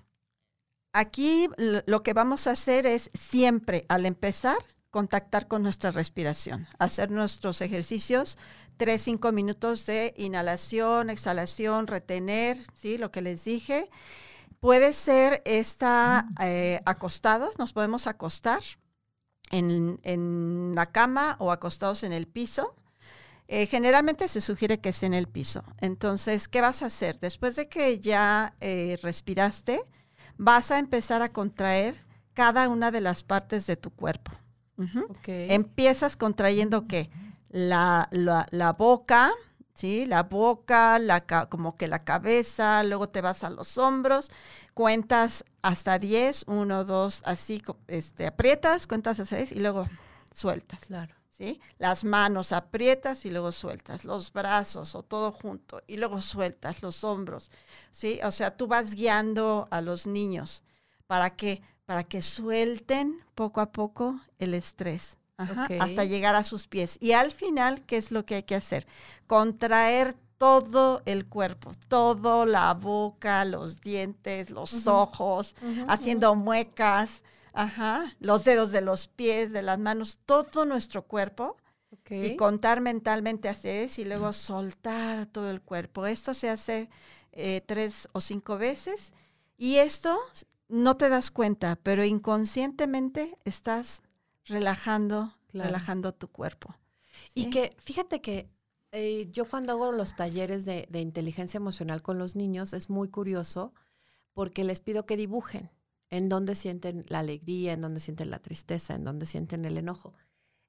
aquí l- lo que vamos a hacer es siempre, al empezar, contactar con nuestra respiración, hacer nuestros ejercicios, tres, cinco minutos de inhalación, exhalación, retener, ¿sí? Lo que les dije. Puede ser esta, eh, acostados, nos podemos acostar en, en la cama o acostados en el piso. Eh, generalmente se sugiere que esté en el piso. Entonces, ¿qué vas a hacer? Después de que ya eh, respiraste, vas a empezar a contraer cada una de las partes de tu cuerpo. Ujú. Ok. Empiezas contrayendo ¿qué? La, la, la boca, ¿sí? La boca, la, ca- como que la cabeza, luego te vas a los hombros, cuentas hasta diez, uno, dos, así, co- este, aprietas, cuentas hasta diez y luego sueltas. Claro. ¿Sí? Las manos aprietas y luego sueltas, los brazos o todo junto y luego sueltas los hombros, ¿sí? O sea, tú vas guiando a los niños para que para que suelten poco a poco el estrés, ajá, Ok. hasta llegar a sus pies. Y al final, ¿qué es lo que hay que hacer? Contraer todo el cuerpo, todo, la boca, los dientes, los Ujú. ojos, Ujú, haciendo muecas. Ajá, los dedos de los pies, de las manos, todo nuestro cuerpo ok. y contar mentalmente hacia eso y luego soltar todo el cuerpo. Esto se hace eh, tres o cinco veces y esto no te das cuenta, pero inconscientemente estás relajando, Claro. relajando tu cuerpo. Y ¿sí? que, fíjate que eh, yo cuando hago los talleres de, de inteligencia emocional con los niños es muy curioso porque les pido que dibujen en dónde sienten la alegría, en dónde sienten la tristeza, en dónde sienten el enojo.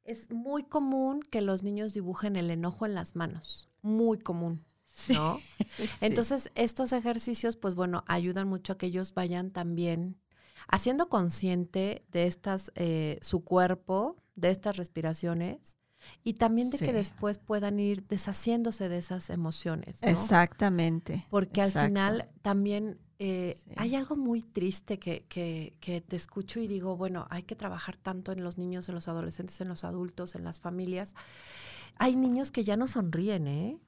Es muy común que los niños dibujen el enojo en las manos, muy común, ¿no? Sí. Entonces, estos ejercicios, pues bueno, ayudan mucho a que ellos vayan también haciendo consciente de estas, eh, su cuerpo, de estas respiraciones, y también de sí. que después puedan ir deshaciéndose de esas emociones, ¿no? Exactamente. Porque exacto. al final también eh, sí. hay algo muy triste que, que, que te escucho y digo, bueno, hay que trabajar tanto en los niños, en los adolescentes, en los adultos, en las familias. Hay niños que ya no sonríen, ¿eh?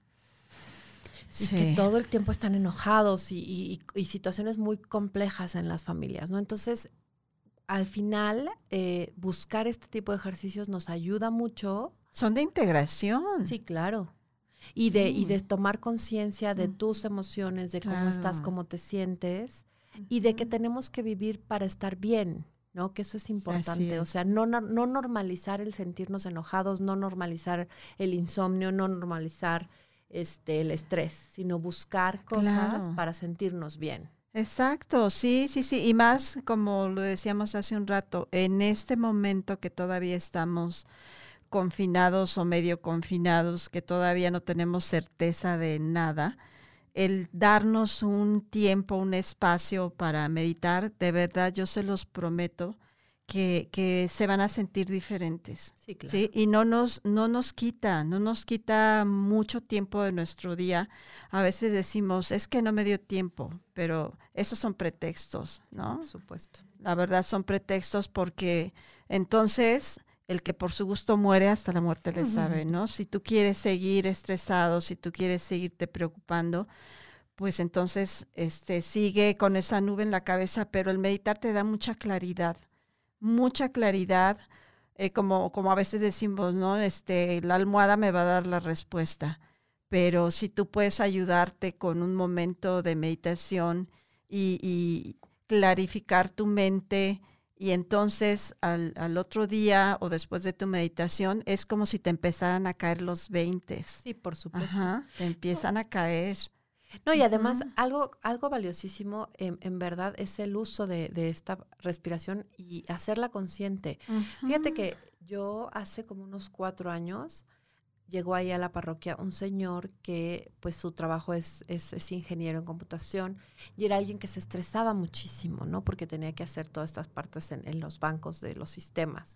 Sí. Y que todo el tiempo están enojados y, y, y situaciones muy complejas en las familias, ¿no? Entonces, al final, eh, buscar este tipo de ejercicios nos ayuda mucho. Son de integración. Sí, claro. Y de, sí. y de tomar conciencia de tus emociones, de claro. cómo estás, cómo te sientes, uh-huh. y de que tenemos que vivir para estar bien, ¿no? Que eso es importante. Es. O sea, no, no, no normalizar el sentirnos enojados, no normalizar el insomnio, no normalizar este, el estrés, sino buscar cosas claro. para sentirnos bien. Exacto, sí, sí, sí. Y más, como lo decíamos hace un rato, en este momento que todavía estamos confinados o medio confinados, que todavía no tenemos certeza de nada, el darnos un tiempo, un espacio para meditar, de verdad yo se los prometo que, que se van a sentir diferentes. Sí, claro. ¿sí? Y no nos, no nos quita, no nos quita mucho tiempo de nuestro día. A veces decimos, es que no me dio tiempo, pero esos son pretextos, ¿no? Sí, por supuesto. La verdad son pretextos porque entonces el que por su gusto muere, hasta la muerte le sabe, ¿no? Si tú quieres seguir estresado, si tú quieres seguirte preocupando, pues entonces este, sigue con esa nube en la cabeza, pero el meditar te da mucha claridad, mucha claridad, eh, como, como a veces decimos, ¿no? Este, la almohada me va a dar la respuesta, pero si tú puedes ayudarte con un momento de meditación y, y clarificar tu mente, y entonces al, al otro día o después de tu meditación es como si te empezaran a caer los veintes. Sí, por supuesto. Ajá, te empiezan a caer. No, y además uh-huh. algo, algo valiosísimo en, en verdad es el uso de, de esta respiración y hacerla consciente. Uh-huh. Fíjate que yo hace como unos cuatro años llegó ahí a la parroquia un señor que pues su trabajo es, es, es ingeniero en computación y era alguien que se estresaba muchísimo, ¿no? Porque tenía que hacer todas estas partes en, en los bancos de los sistemas.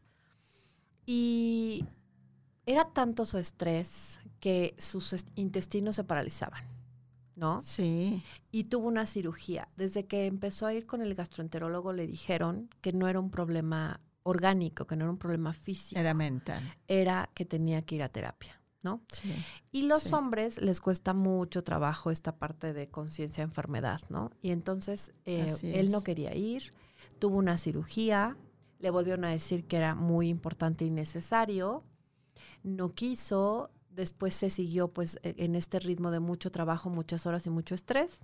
Y era tanto su estrés que sus est- intestinos se paralizaban, ¿no? Sí. Y tuvo una cirugía. Desde que empezó a ir con el gastroenterólogo le dijeron que no era un problema orgánico, que no era un problema físico. Era mental. Era que tenía que ir a terapia, ¿no? Sí. Y los sí. hombres les cuesta mucho trabajo esta parte de conciencia enfermedad, ¿no? Y entonces eh, él no quería ir, tuvo una cirugía, le volvieron a decir que era muy importante y necesario, no quiso, después se siguió pues en este ritmo de mucho trabajo, muchas horas y mucho estrés,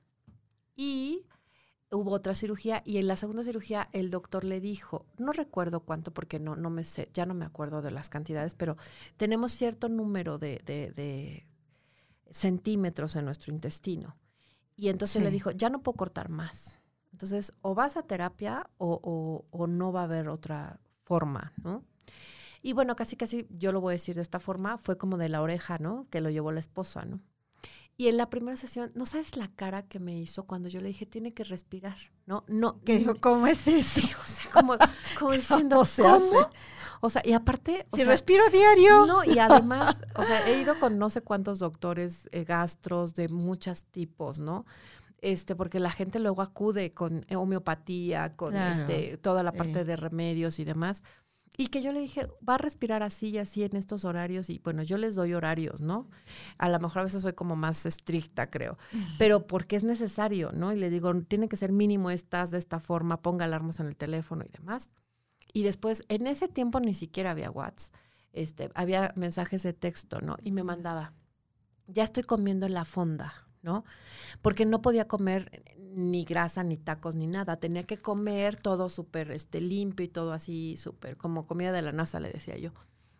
y hubo otra cirugía, y en la segunda cirugía el doctor le dijo, no recuerdo cuánto porque no, no me sé, ya no me acuerdo de las cantidades, pero tenemos cierto número de, de, de centímetros en nuestro intestino. Y entonces sí. le dijo, ya no puedo cortar más. Entonces, o vas a terapia o, o, o no va a haber otra forma, ¿no? Y bueno, casi casi, yo lo voy a decir de esta forma, fue como de la oreja, ¿no? Que lo llevó la esposa, ¿no? Y en la primera sesión, ¿no sabes la cara que me hizo cuando yo le dije, tiene que respirar? ¿No? no ¿Qué dijo? ¿Cómo es eso? Sí, o sea, como, como diciendo, ¿cómo? Se ¿cómo? Hace? O sea, y aparte... O si sea, respiro diario. No, y además, o sea, he ido con no sé cuántos doctores eh, gastros de muchos tipos, ¿no? Este, porque la gente luego acude con homeopatía, con claro. este, toda la parte sí. de remedios y demás. Y que yo le dije, va a respirar así y así en estos horarios. Y bueno, yo les doy horarios, ¿no? A lo mejor a veces soy como más estricta, creo. Pero porque es necesario, ¿no? Y le digo, tiene que ser mínimo estas de esta forma, ponga alarmas en el teléfono y demás. Y después, en ese tiempo ni siquiera había WhatsApp. Este, había mensajes de texto, ¿no? Y me mandaba, ya estoy comiendo en la fonda, ¿no? Porque no podía comer ni grasa, ni tacos, ni nada. Tenía que comer todo súper este, limpio y todo así, súper, como comida de la NASA, le decía yo.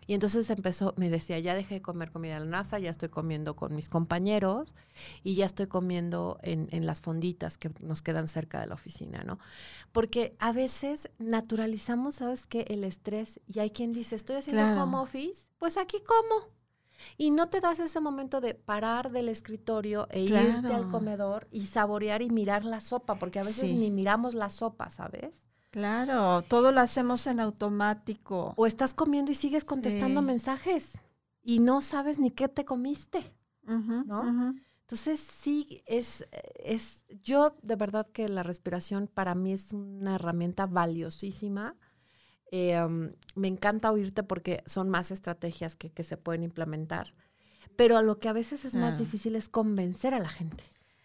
Y entonces empezó, me decía, ya dejé de comer comida de la NASA, ya estoy comiendo con mis compañeros y ya estoy comiendo en, en las fonditas que nos quedan cerca de la oficina, ¿no? Porque a veces naturalizamos, ¿sabes qué? El estrés, y hay quien dice, estoy haciendo Claro. home office, pues aquí como. Y no te das ese momento de parar del escritorio e Claro. irte al comedor y saborear y mirar la sopa, porque a veces Sí. ni miramos la sopa, ¿sabes? Claro, todo lo hacemos en automático. O estás comiendo y sigues contestando Sí. mensajes y no sabes ni qué te comiste, Ujú, ¿no? ujú. Entonces sí, es, es, yo de verdad que la respiración para mí es una herramienta valiosísima. Eh, um, me encanta oírte porque son más estrategias que, que se pueden implementar, pero a lo que a veces es más Claro. difícil es convencer a la gente.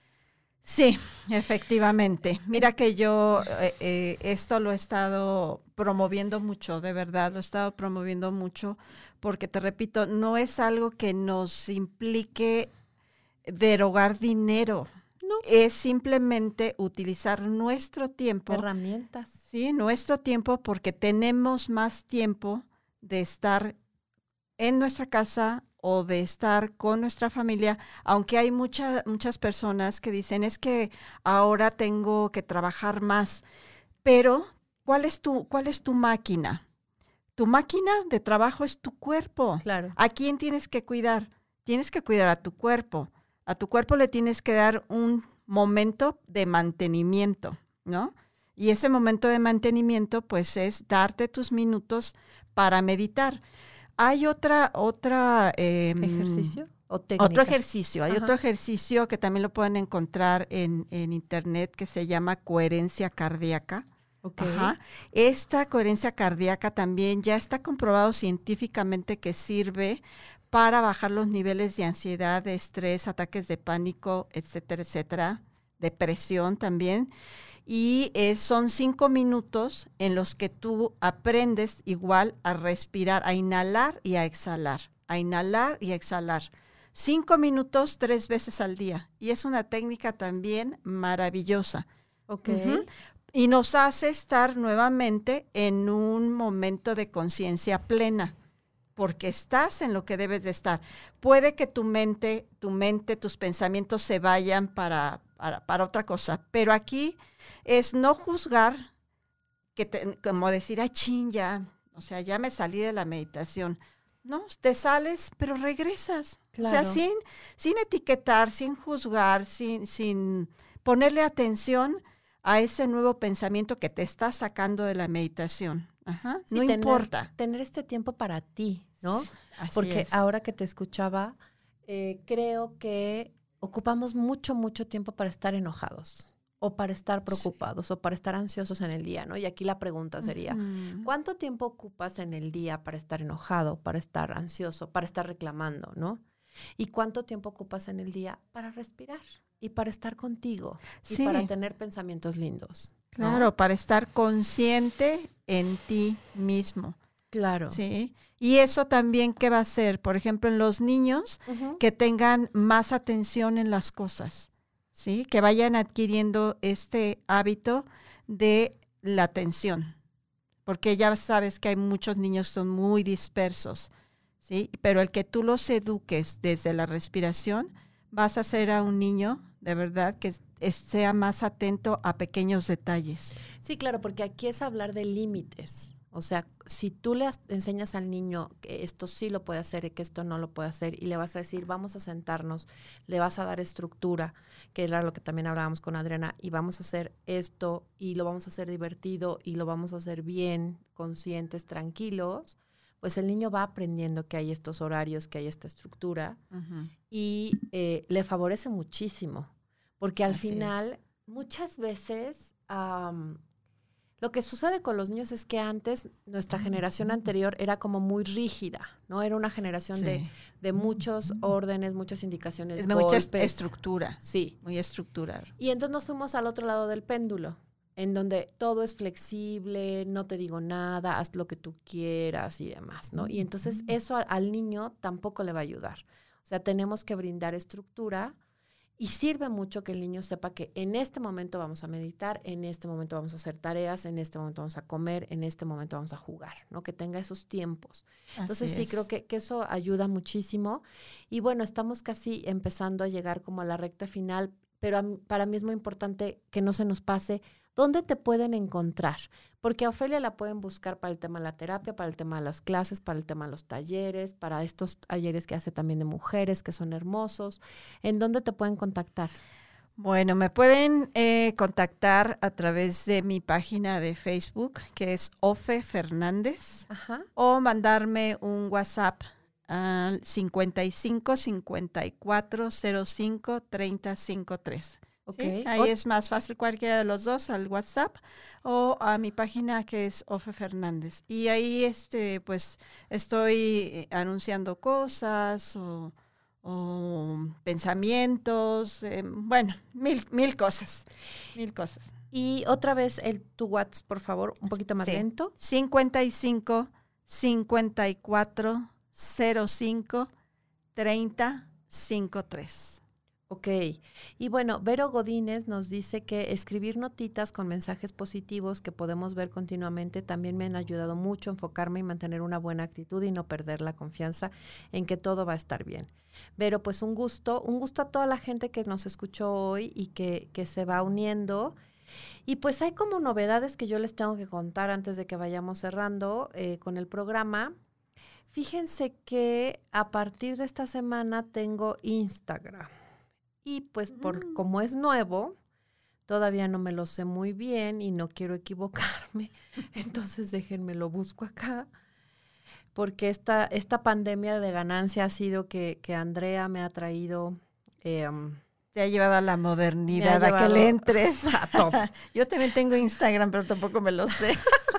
Sí, efectivamente. Mira que yo eh, eh, esto lo he estado promoviendo mucho, de verdad, lo he estado promoviendo mucho, porque te repito, no es algo que nos implique derogar dinero, No. es simplemente utilizar nuestro tiempo, Herramientas. sí, nuestro tiempo, porque tenemos más tiempo de estar en nuestra casa o de estar con nuestra familia, aunque hay muchas muchas personas que dicen, es que ahora tengo que trabajar más, pero ¿cuál es tu, cuál es tu máquina? Tu máquina de trabajo es tu cuerpo. Claro. ¿A quién tienes que cuidar? Tienes que cuidar a tu cuerpo. A tu cuerpo le tienes que dar un momento de mantenimiento, ¿no? Y ese momento de mantenimiento, pues, es darte tus minutos para meditar. Hay otra, otra eh, ¿Ejercicio o técnica? Otro ejercicio. Hay Ajá. otro ejercicio que también lo pueden encontrar en, en internet que se llama coherencia cardíaca. Okay. Ajá. Esta coherencia cardíaca también ya está comprobado científicamente que sirve para bajar los niveles de ansiedad, de estrés, ataques de pánico, etcétera, etcétera, depresión también. Y eh, son cinco minutos en los que tú aprendes igual a respirar, a inhalar y a exhalar, a inhalar y a exhalar. Cinco minutos tres veces al día. Y es una técnica también maravillosa. Ok. Uh-huh. Y nos hace estar nuevamente en un momento de conciencia plena, porque estás en lo que debes de estar. Puede que tu mente, tu mente, tus pensamientos se vayan para, para, para otra cosa, pero aquí es no juzgar, que te, como decir, ay, chin, ya, o sea, ya me salí de la meditación. No, te sales, pero regresas. Claro. O sea, sin, sin etiquetar, sin juzgar, sin, sin ponerle atención a ese nuevo pensamiento que te está sacando de la meditación. Ajá, Sí, no tener, importa. Tener este tiempo para ti, ¿no? Así Porque es. ahora que te escuchaba, eh, creo que ocupamos mucho, mucho tiempo para estar enojados o para estar preocupados sí. o para estar ansiosos en el día, ¿no? Y aquí la pregunta sería, uh-huh. ¿cuánto tiempo ocupas en el día para estar enojado, para estar ansioso, para estar reclamando, ¿no? ¿Y cuánto tiempo ocupas en el día para respirar y para estar contigo y sí. para tener pensamientos lindos? ¿no? Claro, para estar consciente en ti mismo. Claro. Sí. Y eso también, ¿qué va a hacer? Por ejemplo, en los niños, uh-huh. que tengan más atención en las cosas, ¿sí? Que vayan adquiriendo este hábito de la atención. Porque ya sabes que hay muchos niños que son muy dispersos, ¿sí? Pero el que tú los eduques desde la respiración, vas a hacer a un niño, de verdad, que sea más atento a pequeños detalles. Sí, claro, porque aquí es hablar de límites. O sea, si tú le enseñas al niño que esto sí lo puede hacer y que esto no lo puede hacer y le vas a decir, vamos a sentarnos, le vas a dar estructura, que era lo que también hablábamos con Adriana, y vamos a hacer esto y lo vamos a hacer divertido y lo vamos a hacer bien, conscientes, tranquilos, pues el niño va aprendiendo que hay estos horarios, que hay esta estructura uh-huh. y eh, le favorece muchísimo. Porque al Así final, es. muchas veces, um, lo que sucede con los niños es que antes, nuestra generación anterior era como muy rígida, ¿no? Era una generación sí. de, de muchos órdenes, muchas indicaciones, es golpes. Mucha estructura. Sí. Muy estructurada. Y entonces nos fuimos al otro lado del péndulo, en donde todo es flexible, no te digo nada, haz lo que tú quieras y demás, ¿no? Y entonces eso a, al niño tampoco le va a ayudar. O sea, tenemos que brindar estructura. Y sirve mucho que el niño sepa que en este momento vamos a meditar, en este momento vamos a hacer tareas, en este momento vamos a comer, en este momento vamos a jugar, ¿no? Que tenga esos tiempos. Entonces Así sí, es. creo que, que eso ayuda muchísimo. Y bueno, estamos casi empezando a llegar como a la recta final, pero a mí- para mí es muy importante que no se nos pase. ¿Dónde te pueden encontrar? Porque a Ofelia la pueden buscar para el tema de la terapia, para el tema de las clases, para el tema de los talleres, para estos talleres que hace también de mujeres, que son hermosos. ¿En dónde te pueden contactar? Bueno, me pueden eh, contactar a través de mi página de Facebook, que es Ofe Fernández, Ajá. o mandarme un WhatsApp al cincuenta y cinco, cincuenta y cuatro, cero cinco, treinta, cincuenta y tres. Ok. ¿Sí? Ahí O- es más fácil cualquiera de los dos, al WhatsApp o a mi página que es Ofe Fernández. Y ahí este, pues estoy anunciando cosas o, o pensamientos, eh, bueno, mil, mil cosas, mil cosas. Y otra vez el tu WhatsApp, por favor, un poquito más Sí. lento. cincuenta y cinco, cincuenta y cuatro, cero cinco, treinta, cincuenta y tres. Ok. Y bueno, Vero Godínez nos dice que escribir notitas con mensajes positivos que podemos ver continuamente también me han ayudado mucho a enfocarme y mantener una buena actitud y no perder la confianza en que todo va a estar bien. Vero, pues un gusto, un gusto a toda la gente que nos escuchó hoy y que, que se va uniendo. Y pues hay como novedades que yo les tengo que contar antes de que vayamos cerrando eh, con el programa. Fíjense que a partir de esta semana tengo Instagram. Y pues por Mm. como es nuevo, todavía no me lo sé muy bien y no quiero equivocarme. Entonces déjenme lo busco acá. Porque esta, esta pandemia de ganancia ha sido que, que Andrea me ha traído eh, Te ha llevado a la modernidad, Me ha a que llevado le entres. a todo. Yo también tengo Instagram, pero tampoco me lo sé.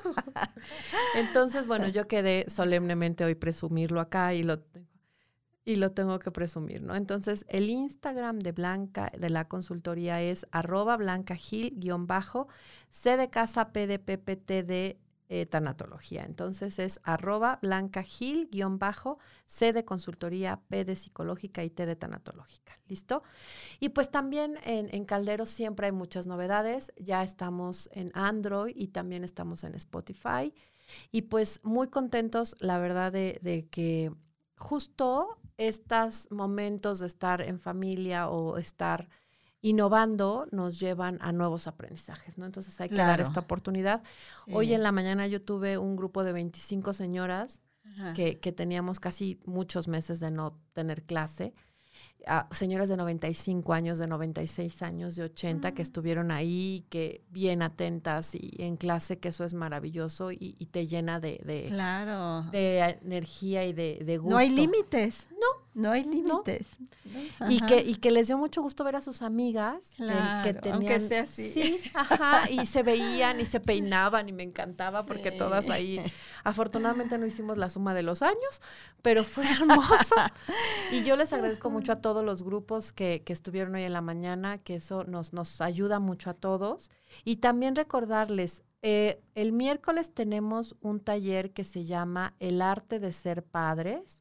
Entonces, bueno, yo quedé solemnemente hoy presumirlo acá y lo tengo, y lo tengo que presumir, ¿no? Entonces, el Instagram de Blanca, de la consultoría, es arroba blancagil guión bajo, C de casa, P de Pepe, T de eh, tanatología. Entonces, es arroba blancagil guión bajo, C de consultoría, P de psicológica y T de tanatológica. ¿Listo? Y pues también en, en Caldero siempre hay muchas novedades. Ya estamos en Android y también estamos en Spotify. Y pues muy contentos, la verdad, de, de que justo estos momentos de estar en familia o estar innovando nos llevan a nuevos aprendizajes, ¿no? Entonces hay que dar Claro. esta oportunidad. Sí. Hoy en la mañana yo tuve un grupo de veinticinco señoras Ajá. que, que teníamos casi muchos meses de no tener clase. A señoras de noventa y cinco años, de noventa y seis años, de ochenta, que estuvieron ahí, que bien atentas y en clase, que eso es maravilloso y, y te llena de, de, Claro. de energía y de, de gusto. No hay límites. No. No hay límites. Y Ajá. que, y que les dio mucho gusto ver a sus amigas que- Claro, que, tenían, aunque sea así. Sí, ajá, y se veían y se peinaban y me encantaba porque Sí. todas ahí, afortunadamente no hicimos la suma de los años, pero fue hermoso. Y yo les agradezco mucho a todos los grupos que, que estuvieron hoy en la mañana, que eso nos, nos ayuda mucho a todos. Y también recordarles, eh, el miércoles tenemos un taller que se llama El arte de ser padres.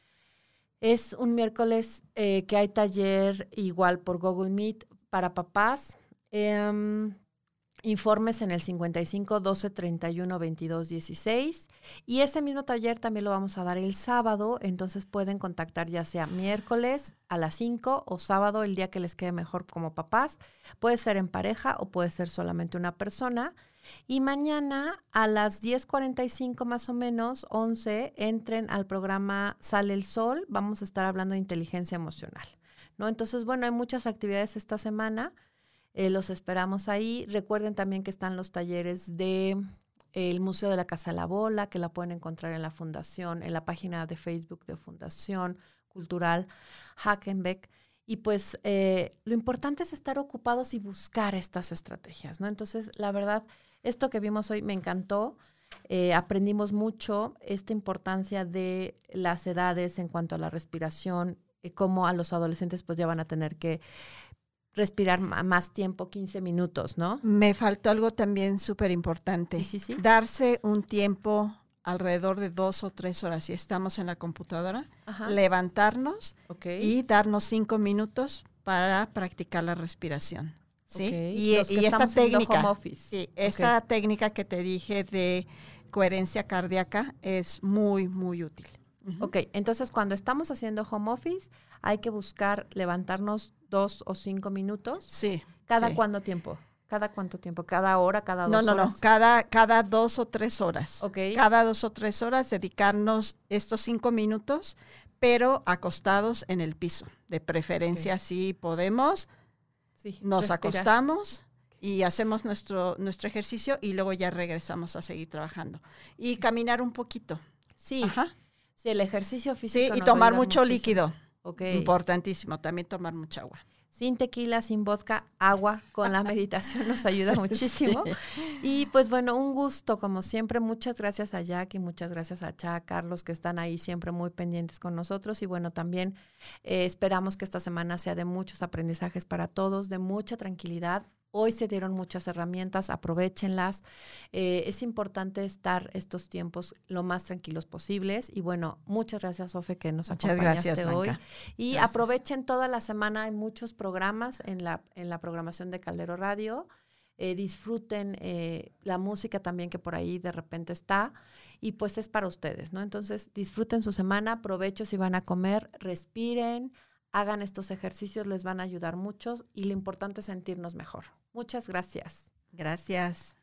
Es un miércoles eh, que hay taller igual por Google Meet para papás. Eh, informes en el cincuenta y cinco, doce, treinta y uno, veintidós, dieciséis. Y ese mismo taller también lo vamos a dar el sábado, entonces pueden contactar ya sea miércoles a las cinco o sábado, el día que les quede mejor como papás. Puede ser en pareja o puede ser solamente una persona. Y mañana a las diez cuarenta y cinco más o menos, once, entren al programa Sale el Sol. Vamos a estar hablando de inteligencia emocional, ¿no? Entonces, bueno, hay muchas actividades esta semana. Eh, los esperamos ahí. Recuerden también que están los talleres de eh, el Museo de la Casa de la Bola, que la pueden encontrar en la Fundación, en la página de Facebook de Fundación Cultural Hackenbeck. Y pues eh, lo importante es estar ocupados y buscar estas estrategias, ¿no? Entonces, la verdad, esto que vimos hoy me encantó. Eh, aprendimos mucho esta importancia de las edades en cuanto a la respiración, eh, cómo a los adolescentes pues ya van a tener que respirar m- más tiempo, quince minutos, ¿no? Me faltó algo también súper importante. Sí, sí, sí. Darse un tiempo alrededor de dos o tres horas si estamos en la computadora, Ajá. levantarnos Ok. y darnos cinco minutos para practicar la respiración. ¿Sí? Okay. Y, Los que y esta estamos haciendo técnica, home office. sí, esta Okay. técnica que te dije de coherencia cardíaca es muy, muy útil. Uh-huh. Ok, entonces cuando estamos haciendo home office hay que buscar levantarnos dos o cinco minutos. Sí. ¿Cada sí. cuánto tiempo? ¿Cada cuánto tiempo? ¿Cada hora? ¿Cada No, dos no, horas? no, no, cada, cada dos o tres horas. Ok. Cada dos o tres horas dedicarnos estos cinco minutos, pero acostados en el piso. De preferencia, Okay. si podemos, Sí, nos respirar. acostamos y hacemos nuestro, nuestro ejercicio y luego ya regresamos a seguir trabajando. Y caminar un poquito. Sí, Ajá. sí, el ejercicio físico. Sí, y nos tomar va a ayudar mucho muchísimo. líquido. Okay. Importantísimo, también tomar mucha agua. Sin tequila, sin vodka, agua con la meditación nos ayuda muchísimo. Sí. Y pues bueno, un gusto como siempre. Muchas gracias a Jackie, muchas gracias a Cha, Carlos, que están ahí siempre muy pendientes con nosotros. Y bueno, también eh, esperamos que esta semana sea de muchos aprendizajes para todos, de mucha tranquilidad. Hoy se dieron muchas herramientas, aprovéchenlas. Eh, es importante estar estos tiempos lo más tranquilos posibles. Y bueno, muchas gracias, Ofe, que nos muchas acompañaste gracias, hoy. Blanca. Y gracias. Aprovechen toda la semana, hay muchos programas en la, en la programación de Caldero Radio. Eh, disfruten eh, la música también que por ahí de repente está. Y pues es para ustedes, ¿no? Entonces disfruten su semana, provecho si van a comer, respiren. Hagan estos ejercicios, les van a ayudar mucho y lo importante es sentirnos mejor. Muchas gracias. Gracias.